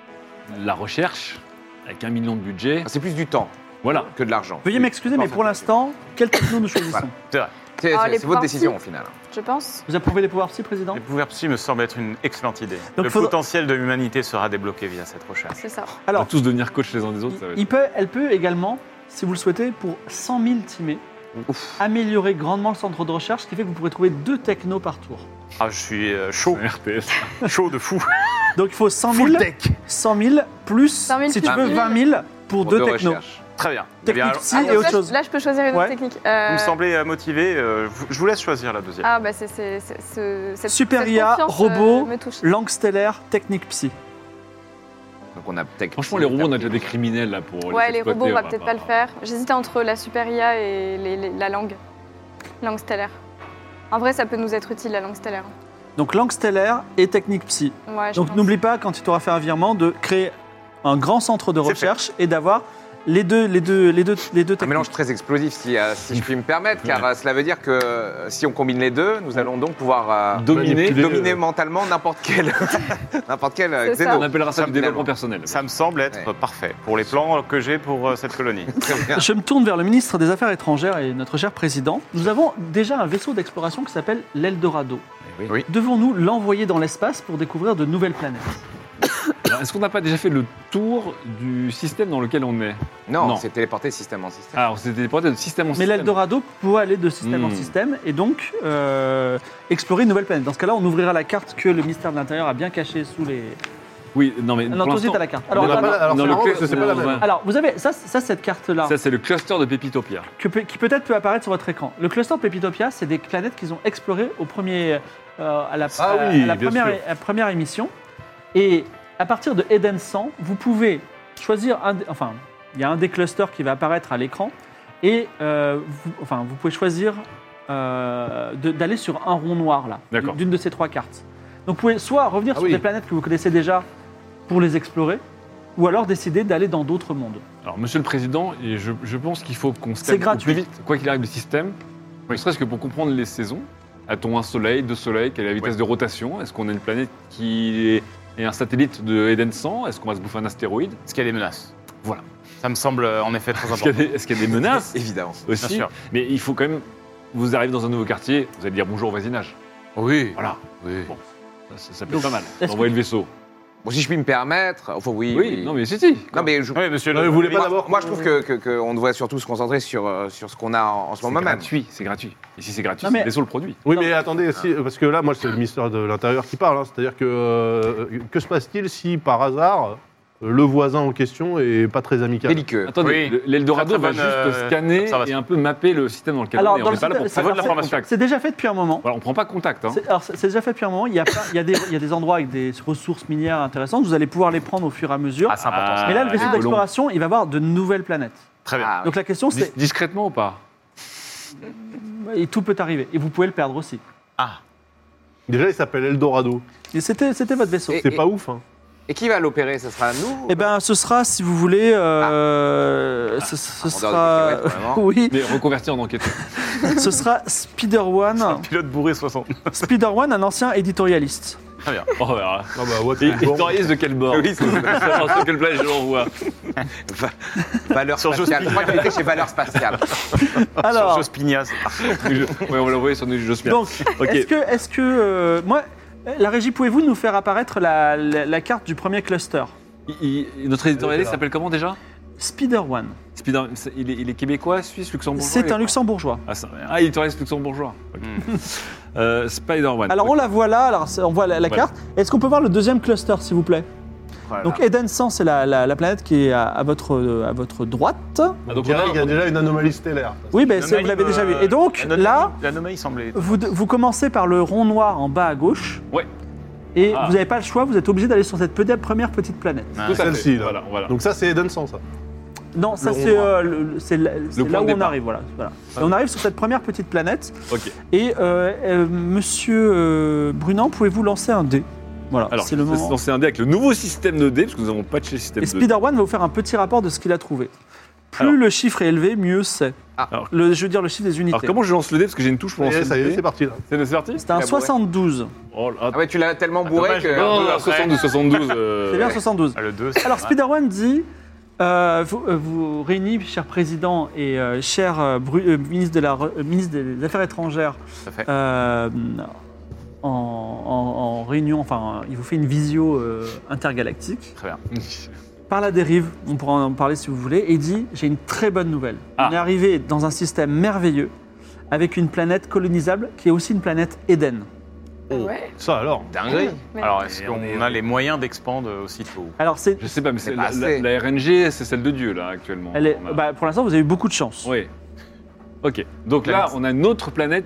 S6: la recherche, avec un million de budget,
S4: C'est plus du temps
S6: voilà.
S4: que de l'argent.
S2: Veuillez m'excuser, mais pour l'instant, quel techno nous choisissons
S4: Voilà.
S8: C'est vrai.
S4: C'est
S5: Ah,
S4: c'est-
S5: les
S4: c'est votre
S5: pouvoirs
S4: décision,
S5: psy.
S4: au final.
S5: Je pense.
S2: Vous approuvez les pouvoirs psy, président
S8: Les pouvoirs psy me semble être une excellente idée.
S2: Donc,
S8: le
S2: faudra-
S8: potentiel de l'humanité sera débloqué via cette recherche.
S5: C'est ça.
S6: On va
S2: Alors,
S6: tous devenir coach les uns des autres. Ça va
S2: il
S6: être...
S2: peut, elle peut également, si vous le souhaitez, pour cent mille timés, améliorer grandement le centre de recherche, ce qui fait que vous pourrez trouver deux technos par tour.
S8: Ah, je suis euh, chaud,
S6: Un R T S.
S8: chaud de fou.
S2: Donc il faut cent
S8: Full
S2: mille,
S8: tech.
S2: cent mille plus,
S5: cent mille
S2: si tu
S5: plus
S2: veux,
S5: vingt
S2: vingt mille pour,
S4: Pour
S2: deux
S4: deux
S2: technos.
S4: recherches.
S8: Très bien. Eh
S2: Technique
S8: bien,
S2: psy
S5: Ah,
S2: et
S5: donc
S2: autre
S5: là,
S2: chose.
S5: je- là, je peux choisir une
S2: Ouais.
S5: autre technique.
S8: vous
S5: Euh,
S8: me semblez euh, motivé. euh, vous- je vous laisse choisir la deuxième.
S5: Ah, bah, c'est, c'est, c'est- ce- cette,
S2: Super
S5: cette
S2: I A,
S5: confiance,
S2: robot,
S5: euh, me touche.
S2: langue stellaire, technique psy.
S4: Donc on a peut-être.
S6: Franchement, les robots, on a déjà des criminels là pour.
S5: Ouais, les
S6: exploiter,
S5: robots, on va
S6: va
S5: peut-être pas le faire. J'hésitais entre la super I A et les- les- la langue. Langue stellaire. En vrai, ça peut nous être utile, la langue stellaire.
S2: Donc langue stellaire et technique psy.
S5: Ouais, je
S2: Donc
S5: pense.
S2: n'oublie pas, quand tu t'auras fait un virement, de créer un grand centre de
S8: C'est
S2: recherche et d'avoir les deux, les deux, les deux, les deux
S4: Un
S2: techniques.
S4: mélange très explosif, si, euh, si je puis me permettre, car euh, cela veut dire que euh, si on combine les deux, nous allons donc pouvoir euh,
S6: Dominer.
S4: dominer
S7: euh,
S4: mentalement n'importe quel, n'importe quel euh,
S5: C'est
S4: xéno.
S5: ça.
S6: On appellera ça
S4: Ça,
S6: du développement
S4: finalement.
S6: personnel.
S8: Ça me semble être
S4: Ouais.
S8: parfait pour les plans que j'ai pour euh, cette colonie.
S4: Très bien.
S2: Je me tourne vers le ministre des Affaires étrangères et notre cher président. Nous avons déjà un vaisseau d'exploration qui s'appelle l'Eldorado.
S4: Oui.
S8: Oui.
S2: Devons-nous l'envoyer dans l'espace pour découvrir de nouvelles planètes?
S6: Alors, est-ce qu'on n'a pas déjà fait le tour du système dans lequel on est
S4: Non,
S6: Non.
S4: c'est téléporté système en système.
S6: Ah, on s'est téléporté de système en
S2: Mais
S6: système.
S2: l'Eldorado peut aller de système en
S6: Hmm.
S2: système et donc euh, explorer une nouvelle planète. Dans ce cas-là, on ouvrira la carte que le ministère de l'Intérieur a bien cachée sous les...
S6: Oui, non, mais.
S2: Non,
S6: pour
S2: toi
S6: l'instant-
S2: aussi, t'as la carte.
S6: On
S2: Alors,
S6: a
S7: on a
S2: alors,
S7: pas la- alors,
S6: dans
S7: c'est
S6: le
S7: marrant
S6: cl-
S7: parce que c'est pas la même.
S2: alors, vous avez ça, ça cette carte-là,
S6: Ça, c'est le cluster de Pépitopia.
S2: que peut- qui peut-être peut apparaître sur votre écran. Le cluster de Pépitopia, c'est des planètes qu'ils ont explorées au premier, euh, à la,
S7: Ah
S2: à-
S7: oui,
S2: à la
S7: bien
S2: première,
S7: sûr.
S2: à la première émission. Et à partir de Eden cent, vous pouvez choisir un, des- enfin, il y a un des clusters qui va apparaître à l'écran, et euh, vous, enfin, vous pouvez choisir euh, de- d'aller sur un rond noir là,
S6: D'accord.
S2: d'une de ces trois cartes. Donc vous pouvez soit revenir
S7: Ah
S2: sur
S7: oui.
S2: des planètes que vous connaissez déjà pour les explorer, ou alors décider d'aller dans d'autres mondes.
S6: Alors, monsieur le président, et je, je pense qu'il faut qu'on se
S2: C'est
S6: calme au
S2: gratuit.
S6: plus vite, quoi qu'il arrive, le système. Ne serait-ce que pour comprendre les saisons. A-t-on un soleil, deux soleils? Quelle est la vitesse
S8: Ouais.
S6: de rotation? Est-ce qu'on a une planète qui est, est un satellite de Eden cent? Est-ce qu'on va se bouffer un astéroïde?
S8: Est-ce qu'il y a des menaces?
S6: Voilà.
S8: Ça me semble euh, en effet très
S6: Est-ce qu'il y,
S8: important.
S6: a des- est-ce qu'il y a des menaces
S4: Évidemment.
S6: aussi?
S8: Bien sûr.
S6: Mais il faut quand même. Vous arrivez dans un nouveau quartier, vous allez dire bonjour au voisinage.
S8: Oui.
S6: Voilà.
S8: Oui.
S6: Bon. Ça, ça, ça peut
S2: Donc,
S6: être pas mal.
S2: est-ce
S6: Envoyer
S2: que-
S6: le vaisseau.
S4: Bon, si je puis me permettre, enfin oui.
S6: Oui, non mais si, si.
S4: Non, mais je-
S8: Oui, monsieur
S7: Non,
S8: le.
S7: mais vous voulez pas
S4: moi,
S7: d'abord
S4: moi, je trouve que, que- que on devrait surtout se concentrer sur, euh, sur ce qu'on a en, en ce
S6: C'est
S4: moment même.
S6: gratuit, c'est gratuit. Et si c'est gratuit,
S2: Non,
S6: c'est
S2: mais-
S6: le vaisseau le produit.
S7: Oui,
S2: Non.
S7: mais attendez, si- parce que là, moi, c'est le ministère de l'Intérieur qui parle. hein. C'est-à-dire que euh, que se passe-t-il si, par hasard, le voisin en question est pas très amical?
S4: Belliqueux.
S6: Attendez,
S8: Oui.
S6: le- l'Eldorado
S8: Très,
S6: va
S8: très
S6: juste
S8: bonne, euh,
S6: scanner et
S8: observation.
S6: un peu mapper le système dans lequel
S2: Alors,
S6: on est.
S2: dans
S6: On
S2: le
S6: n'est pas là pour
S2: système-
S6: prendre
S8: de l'information.
S6: contact.
S2: C'est déjà fait depuis un moment.
S6: Voilà, on prend pas contact. Hein.
S2: C'est- Alors, c'est c'est déjà fait depuis un moment. Il y a, pas- il y a des, il y a des endroits avec des ressources minières intéressantes. Vous allez pouvoir les prendre au fur et à mesure.
S8: Ah, c'est important. ça.
S2: Mais là, le vaisseau
S6: les
S2: d'exploration, il va avoir de nouvelles planètes.
S8: Très bien.
S4: Ah, oui.
S2: Donc la question,
S6: Dis-
S2: c'est...
S6: Discrètement ou pas?
S2: Et tout peut arriver. Et vous pouvez le perdre aussi.
S8: Ah.
S7: Déjà, il s'appelle Eldorado.
S2: Et c'était c'était votre vaisseau.
S4: Et-
S7: C'est pas ouf, hein.
S4: Et qui va l'opérer? Ce sera nous?
S2: Eh bien, ce sera, si vous voulez... euh, ce, ce
S4: Ah,
S2: sera...
S4: vendeur de cacahuètes, vraiment.
S2: Oui,
S6: Mais reconverti en enquêteur.
S2: ce sera Spider One.
S8: Pilote bourré soixante.
S2: Spider One, un ancien éditorialiste.
S8: Très bien.
S6: Oh, on verra.
S7: Ah bah, what
S6: Et
S7: the- bon.
S6: historise de quel bord?
S4: Oui, c'est ça.
S6: Savoir sur quelle plage je l'envoie.
S4: Va- Valeur
S8: Sur
S4: spatiale. Je crois qu'il était chez Valeur spatiale.
S2: Alors,
S8: Sur Spignas.
S6: Oui, on va l'envoyer sur nos Jospierre.
S2: donc,
S6: Ok.
S2: est-ce que... Est-ce que euh, moi, la régie, pouvez-vous nous faire apparaître la, la- la carte du premier cluster?
S6: Il- il- notre éditorialiste s'appelle comment déjà?
S2: Spider One.
S6: Spider- c'est- il, est, il est québécois, suisse, luxembourgeois?
S2: C'est
S6: il est
S2: un
S6: quoi
S2: luxembourgeois.
S6: Ah, ça- ah, éditorialiste luxembourgeois. Ok. Euh, Spider-Man.
S2: Alors, on la voit là, alors, c'est- on voit la, la
S6: Voilà.
S2: carte. Est-ce qu'on peut voir le deuxième cluster, s'il vous plaît?
S4: Voilà.
S2: Donc, Eden cent, c'est la, la- la planète qui est à, à votre, euh, à votre droite.
S6: Ah,
S7: On
S6: donc on
S7: dirait
S6: a-
S7: qu'il y a déjà une anomalie stellaire.
S2: Oui, ben, c'est- vous l'avez déjà vu. Et donc, là,
S8: L'anomalie semblait.
S2: vous, vous commencez par le rond noir en bas à gauche.
S6: Ouais.
S2: Et
S6: Ah.
S2: vous n'avez pas le choix, vous êtes obligé d'aller sur cette petite- première petite planète.
S8: Ah,
S6: Tout à fait.
S7: Celle-ci, là.
S6: Voilà, voilà.
S7: Donc ça, c'est Eden cent, ça.
S2: Non, ça
S7: Le rond
S2: c'est
S7: noir.
S2: euh, le- le- c'est là, c'est
S6: point
S2: là
S6: de
S2: où on
S6: départ.
S2: arrive. Voilà, voilà. Et on arrive sur cette première petite planète.
S6: Ok.
S2: Et euh, euh, monsieur euh, Brunand, pouvez-vous lancer un dé? Voilà,
S6: Alors,
S2: c'est le moment.
S6: lancer un dé avec le nouveau système de dé, parce que nous avons patché le système
S2: Et
S6: de dé.
S2: Spider-One va vous faire un petit rapport de ce qu'il a trouvé. Plus
S6: Alors.
S2: le chiffre est élevé, mieux c'est.
S4: Ah.
S6: Alors-
S2: Le, je veux dire le chiffre des unités.
S6: Alors, comment je lance le dé? Parce que j'ai une touche pour
S7: Ça y
S6: lancer
S7: est, ça y
S6: le
S7: est,
S6: dé.
S7: c'est parti, là.
S6: C'est c'est parti?
S2: C'était un
S4: La bourrée.
S2: soixante-douze.
S6: Oh, là,
S4: Ah ouais, tu l'as tellement bourré
S8: dommage,
S4: que.
S8: je-
S6: non, non, non,
S8: après.
S6: soixante-douze, soixante-douze. euh,
S2: C'est bien soixante-douze.
S8: Ah, le deux.
S2: Alors Spider-One dit, euh, vous, euh, vous réunis, cher président et euh, cher euh, Bru- euh, ministre, de la, Re- euh, ministre des Affaires étrangères,
S8: Tout à fait.
S2: euh, en, en- en réunion, enfin, il vous fait une visio euh, intergalactique.
S8: Très bien.
S2: Par la dérive, on pourra en parler si vous voulez, et il dit, j'ai une très bonne nouvelle.
S6: Ah.
S2: On est arrivé dans un système merveilleux, avec une planète colonisable qui est aussi une planète Eden.
S5: Ouais.
S7: Ça alors.
S4: Dinguerie.
S5: Mais-
S8: Alors, est-ce
S6: Et on est-
S8: qu'on a les moyens d'expendre aussitôt?
S2: Alors, c'est,
S6: Je sais pas, mais c'est
S4: C'est
S6: la,
S4: pas
S6: la-
S4: assez.
S6: la R N G, c'est celle de Dieu, là, actuellement.
S2: elle est,
S6: On a-
S2: bah, pour l'instant, vous avez eu beaucoup de chance.
S6: Oui. Ok. Donc là,
S4: Planète.
S6: on a une autre planète.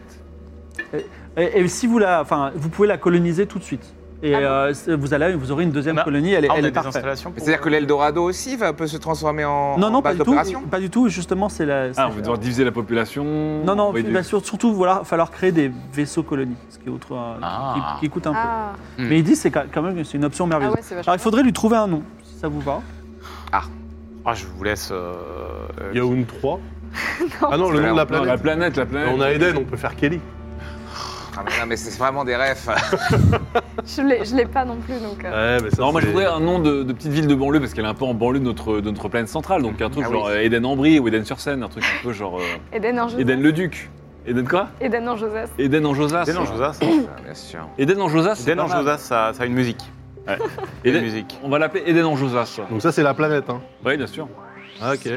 S2: Et, et si vous la, enfin, vous pouvez la coloniser tout de suite. Et
S5: Ah bon
S2: euh, c'est- vous allez, vous aurez une deuxième
S8: On a-
S2: colonie. Elle est,
S8: Ah, on
S2: elle
S8: a
S2: est
S8: des
S2: parfaite.
S8: installations pour-
S4: C'est-à-dire que l'Eldorado aussi va, peut se transformer en,
S2: Non,
S4: en
S2: non, pas
S4: base
S2: du tout.
S4: d'opération.
S2: Pas du tout. Justement, c'est la. c'est-
S6: Ah, on va devoir diviser la population.
S2: Non, non,
S6: envoyer
S2: il
S6: des-
S2: va sur- surtout voilà, falloir créer des vaisseaux colonies, ce qui est autre, euh,
S8: Ah.
S2: qui, qui coûte un
S5: Ah,
S2: peu.
S4: Hmm.
S2: Mais il dit c'est quand quand même que c'est une option
S5: ah
S2: merveilleuse.
S5: ouais, c'est vachement.
S2: Alors il faudrait lui trouver un nom, si ça vous va.
S8: Ah, je vous laisse. euh, euh,
S7: Yaoun trois.
S5: Non.
S7: Ah non, le nom de la
S6: Non, la
S7: planète.
S6: planète, la planète.
S7: On a Eden, on peut faire Kelly.
S4: Ah, mais non, mais c'est vraiment des rêves.
S5: Je l'ai, je l'ai pas non plus, donc. euh,
S7: Ouais, mais ça,
S6: Non, moi je
S7: c'est-
S6: voudrais un nom de, de petite ville de banlieue parce qu'elle est un peu en banlieue de notre, de notre planète centrale. Donc un truc
S4: Ah
S6: genre
S4: oui.
S6: euh, Eden-en-Brie ou Eden-sur-Seine, un truc un peu genre euh,
S5: Eden en Josas.
S6: Eden-le-Duc. Eden quoi
S5: Eden en Josas.
S6: Eden en Josas.
S8: Eden en Josas.
S4: Ah, bien sûr.
S6: Eden en Josas. c'est
S8: Eden en
S6: pas mal.
S8: Josas, ça, ça a une musique.
S6: Ouais.
S8: Une
S6: Eden-
S8: musique.
S6: On va l'appeler Eden en Josas.
S7: Donc ça, c'est la planète. Hein.
S6: Oui, bien sûr.
S7: Ah, ok.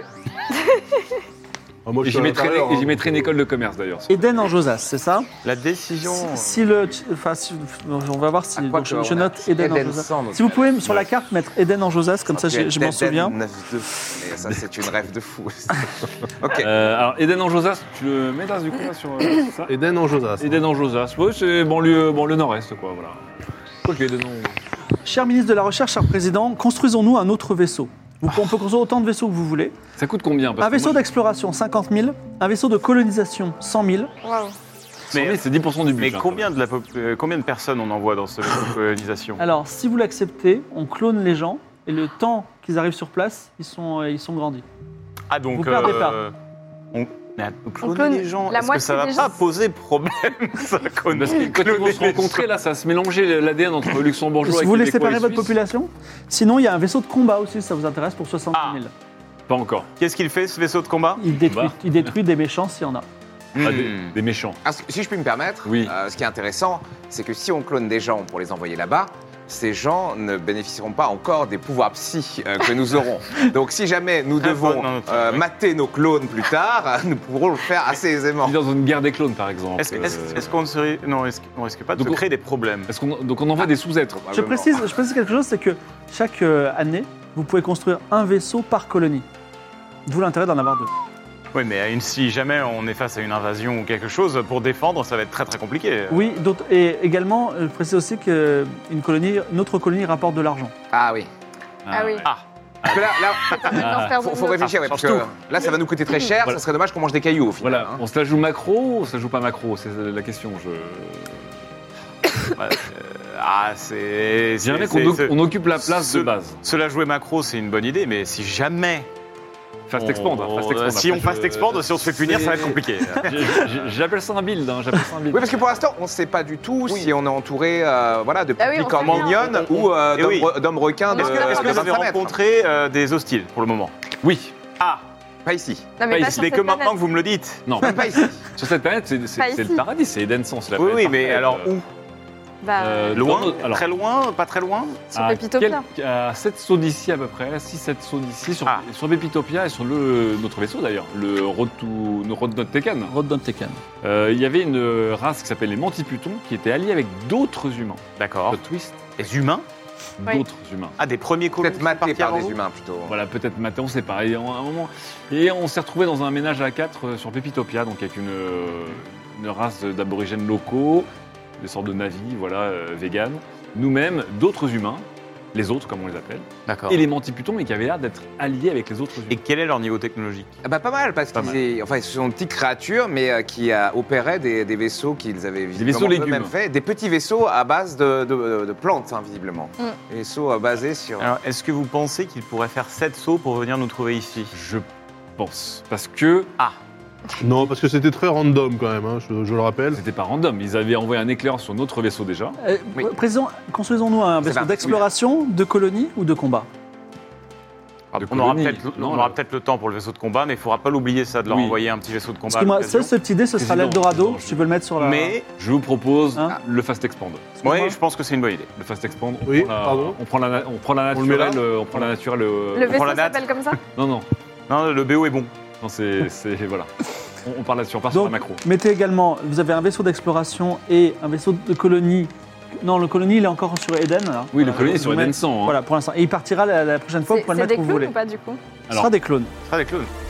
S7: Ah, moi, je
S6: Et
S7: suis
S6: j'y
S7: à
S6: mettrai,
S7: l'intérieur,
S6: et
S7: hein.
S6: j'y mettrai une école de commerce d'ailleurs.
S2: Eden en Josas, c'est ça.
S8: La décision.
S2: Si, si le, enfin, si- on va voir si
S4: Ah, quoi
S2: donc, je,
S4: que
S2: je
S4: on a
S2: note Eden en
S4: Eden
S2: Josas.
S4: cent, donc
S2: Si vous pouvez
S4: elle-
S2: sur la carte mettre Eden en Josas, comme ça je, je m'en
S4: Eden
S2: souviens.
S4: neuf deux. Mais ça, c'est une rêve de fou. Ok.
S6: Euh, alors Eden en Josas, tu le mets là du coup là sur euh, ça
S7: Eden en Josas.
S6: Eden en Josas. Oui, c'est banlieue, banlieue nord-est quoi, voilà. Ok, Eden en...
S2: Cher ministre de la Recherche, cher président, construisons-nous un autre vaisseau. Vous- on peut construire autant de vaisseaux que vous voulez.
S6: Ça coûte combien Parce
S2: Un
S6: que
S2: vaisseau
S6: moi,
S2: d'exploration, cinquante mille. Un vaisseau de colonisation, cent mille.
S5: Waouh.
S6: cent mille, c'est dix pour cent du budget.
S8: Mais combien de, la pop- euh, combien de personnes on envoie dans cette colonisation?
S2: Alors, si vous l'acceptez, on clone les gens. Et le temps qu'ils arrivent sur place, ils sont, euh, ils sont grandis.
S8: Ah donc
S2: Vous perdez pas.
S8: on, mais à- cloner
S5: clone
S8: les gens,
S5: la
S8: est-ce que
S5: moitié
S8: ça va
S5: des
S8: pas
S5: gens.
S8: poser problème ça, clone-
S6: Parce que quand ils vont
S8: cloner
S6: se
S8: les
S6: rencontrer, là, ça va se mélanger l'A D N entre luxembourgeois
S2: Si
S6: et
S2: vous voulez
S6: québécois et
S2: séparer votre
S6: suisses.
S2: population, sinon il y a un vaisseau de combat aussi, ça vous intéresse, pour soixante mille.
S6: Pas encore.
S8: Qu'est-ce qu'il fait ce vaisseau de combat?
S2: Il détruit,
S6: Bah.
S2: il détruit des méchants s'il y en a.
S6: Ah, des,
S4: Hmm.
S6: des méchants.
S4: Ah, si je puis me permettre,
S6: Oui.
S4: euh, ce qui est intéressant, c'est que si on clone des gens pour les envoyer là-bas, ces gens ne bénéficieront pas encore des pouvoirs psy euh, que nous aurons. Donc si jamais nous
S8: Ah,
S4: devons
S8: bon, non, non,
S4: euh,
S8: oui.
S4: mater nos clones plus tard, nous pourrons le faire assez aisément.
S6: Dans une guerre des clones, par exemple.
S8: Est-ce est-ce-
S6: Euh,
S8: est-ce qu'on ne serait... Non, est-ce qu'on risque pas de
S6: Donc
S8: se
S6: on-
S8: créer des problèmes?
S6: est-ce qu'on- donc on envoie des sous-êtres.
S2: Je
S4: Probablement.
S2: précise, je précise quelque chose, c'est que chaque euh, année, vous pouvez construire un vaisseau par colonie. D'où l'intérêt d'en avoir deux.
S8: Oui, mais à une, si jamais on est face à une invasion ou quelque chose, pour défendre, ça va être très très compliqué.
S2: Oui, d'autres- et également, euh, je précise aussi qu'une colonie, notre colonie rapporte de l'argent.
S4: Ah oui.
S5: Ah oui.
S8: Ah,
S4: Parce que là, là
S5: Maintenant, faire
S4: faut,
S5: une
S4: faut
S5: autre.
S4: réfléchir, ouais, parce que
S8: change
S4: là, ça va nous coûter très cher.
S6: Voilà.
S4: Ça serait dommage qu'on mange des cailloux au final.
S6: Voilà,
S4: hein.
S6: on se la joue macro ou on se la joue pas macro? C'est la question. Je...
S8: ouais, euh, ah c'est...
S6: Je dirais
S8: c'est-
S6: qu'on
S8: c'est-
S6: oc- on occupe la place
S8: ce-
S6: de base.
S8: Cela jouer macro, c'est une bonne idée, mais si jamais...
S6: Fast
S8: on-
S6: expand. Fast expand.
S8: Si on
S6: Après,
S8: fast
S6: je-
S8: expand, si on se fait punir, ça va être compliqué.
S6: J'ai- j'ai- J'appelle ça un build. Hein, j'appelle ça un build.
S4: Oui, parce que pour l'instant, on ne sait pas du tout si on est entouré euh, voilà, de
S5: Ah oui, on
S4: pics en
S5: sait bien.
S4: mignonne ou euh,
S8: Eh
S4: d'hommes
S8: oui.
S4: re- d'hommes requins de,
S5: Est-ce que-
S8: Est-ce que, est-ce que
S4: de
S8: vous avez
S4: vingt-cinq mètres.
S8: rencontré euh, des hostiles pour le moment?
S6: Oui.
S8: Ah,
S4: Pas ici.
S5: Non, mais
S6: Pas
S5: pas
S6: ici.
S5: sur
S8: mais
S5: cette
S8: que maintenant
S5: planète.
S8: que vous me le dites.
S6: Non,
S4: Même pas ici.
S6: sur cette planète, c'est c'est-
S5: Pas
S6: c'est
S5: ici.
S6: le paradis, c'est Eden cent. c'est la
S8: Oui,
S6: planète
S8: oui, mais
S6: parfaite.
S8: alors où?
S5: Bah,
S6: Euh,
S8: Loin?
S6: dans notre- alors,
S8: Très loin? Pas très loin?
S5: sur
S6: à
S5: Pépitopia.
S6: quelques- À sept sauts d'ici à peu près, six sept sauts d'ici, sur,
S8: Ah.
S6: sur Pépitopia et sur le, notre vaisseau d'ailleurs, le Road to no Road Not Taken.
S2: Road Don't Taken.
S6: Euh, Il y avait une race qui s'appelle les Mantiputons qui était alliée avec d'autres humains.
S8: D'accord.
S6: Le twist,
S8: Les humains?
S5: Oui.
S6: d'autres humains.
S8: Ah, des premiers colons
S4: Peut-être matés
S8: partis
S4: par
S8: avant
S4: des
S8: vous?
S4: humains plutôt.
S6: Voilà, peut-être Matin, c'est pareil à un moment. Et on s'est retrouvé dans un ménage à quatre euh, sur Pépitopia, donc avec une, euh, une race d'aborigènes locaux, des sortes de navis, voilà, euh, véganes. Nous-mêmes, d'autres humains, les autres comme on les appelle,
S8: D'accord.
S6: et les Mantiputons, mais qui avaient l'air d'être alliés avec les autres humains.
S8: Et quel est leur niveau technologique?
S4: Ah bah, pas mal, parce
S8: Pas
S4: qu'ils enfin, ce sont de petites créatures, mais euh, qui euh, opéraient des, des vaisseaux qu'ils avaient visiblement
S6: vaisseaux légumes.
S4: eux-mêmes fait. Des petits vaisseaux à base de, de- de plantes, hein, visiblement.
S5: Mm.
S4: Des vaisseaux euh, basés sur...
S8: Alors, est-ce que vous pensez qu'ils pourraient faire sept sauts pour venir nous trouver ici?
S6: Je pense. Parce que
S7: Non, parce que c'était très random quand même, hein, je, je le rappelle.
S6: c'était pas random. Ils avaient envoyé un éclair sur notre vaisseau déjà.
S2: Euh,
S4: Oui.
S2: Président, construisons-nous un vaisseau
S4: va,
S2: d'exploration, de colonie ou de combat.
S6: De
S8: On aura
S6: colonie.
S8: peut-être
S6: Non,
S8: on aura
S6: là.
S8: peut-être le temps pour le vaisseau de combat, mais il faudra pas l'oublier ça de leur
S6: Oui.
S8: envoyer un petit vaisseau de combat.
S2: Parce que
S8: à
S2: moi,
S8: l'occasion.
S2: seule cette idée, ce sera
S6: Président,
S2: l'Eldorado.
S6: président,
S2: Si tu veux le mettre sur la.
S8: Mais
S6: Je vous propose
S2: Hein
S6: le Fast Expand.
S8: oui, je pense que c'est une bonne idée.
S6: Le Fast Expand. on
S7: Oui,
S6: prend la-
S7: pardon.
S6: On prend la, na- on prend la
S7: On le met là
S6: naturelle. euh, On prend la naturelle. euh,
S5: Le
S8: prend
S5: vaisseau
S8: la natte.
S5: s'appelle comme ça?
S6: Non, non.
S8: Non, le B O est bon.
S6: Non, c'est. c'est- Voilà. On, on parle là-dessus, on part sur
S2: Donc,
S6: la macro.
S2: mettez également, vous avez un vaisseau d'exploration et un vaisseau de colonie. Non, le colonie, il est encore sur Eden. Là.
S6: Oui, le colonie est sur
S2: Vous
S6: Eden
S2: mettez-
S6: cent. Hein.
S2: Voilà, pour l'instant. Et il partira la, la prochaine fois, vous
S5: C'est
S2: pouvez le
S5: c'est
S2: mettre
S5: des
S2: où vous
S5: clones
S2: voulez.
S5: ou pas du coup
S2: Ce sera des clônes.
S8: Ce sera des clones.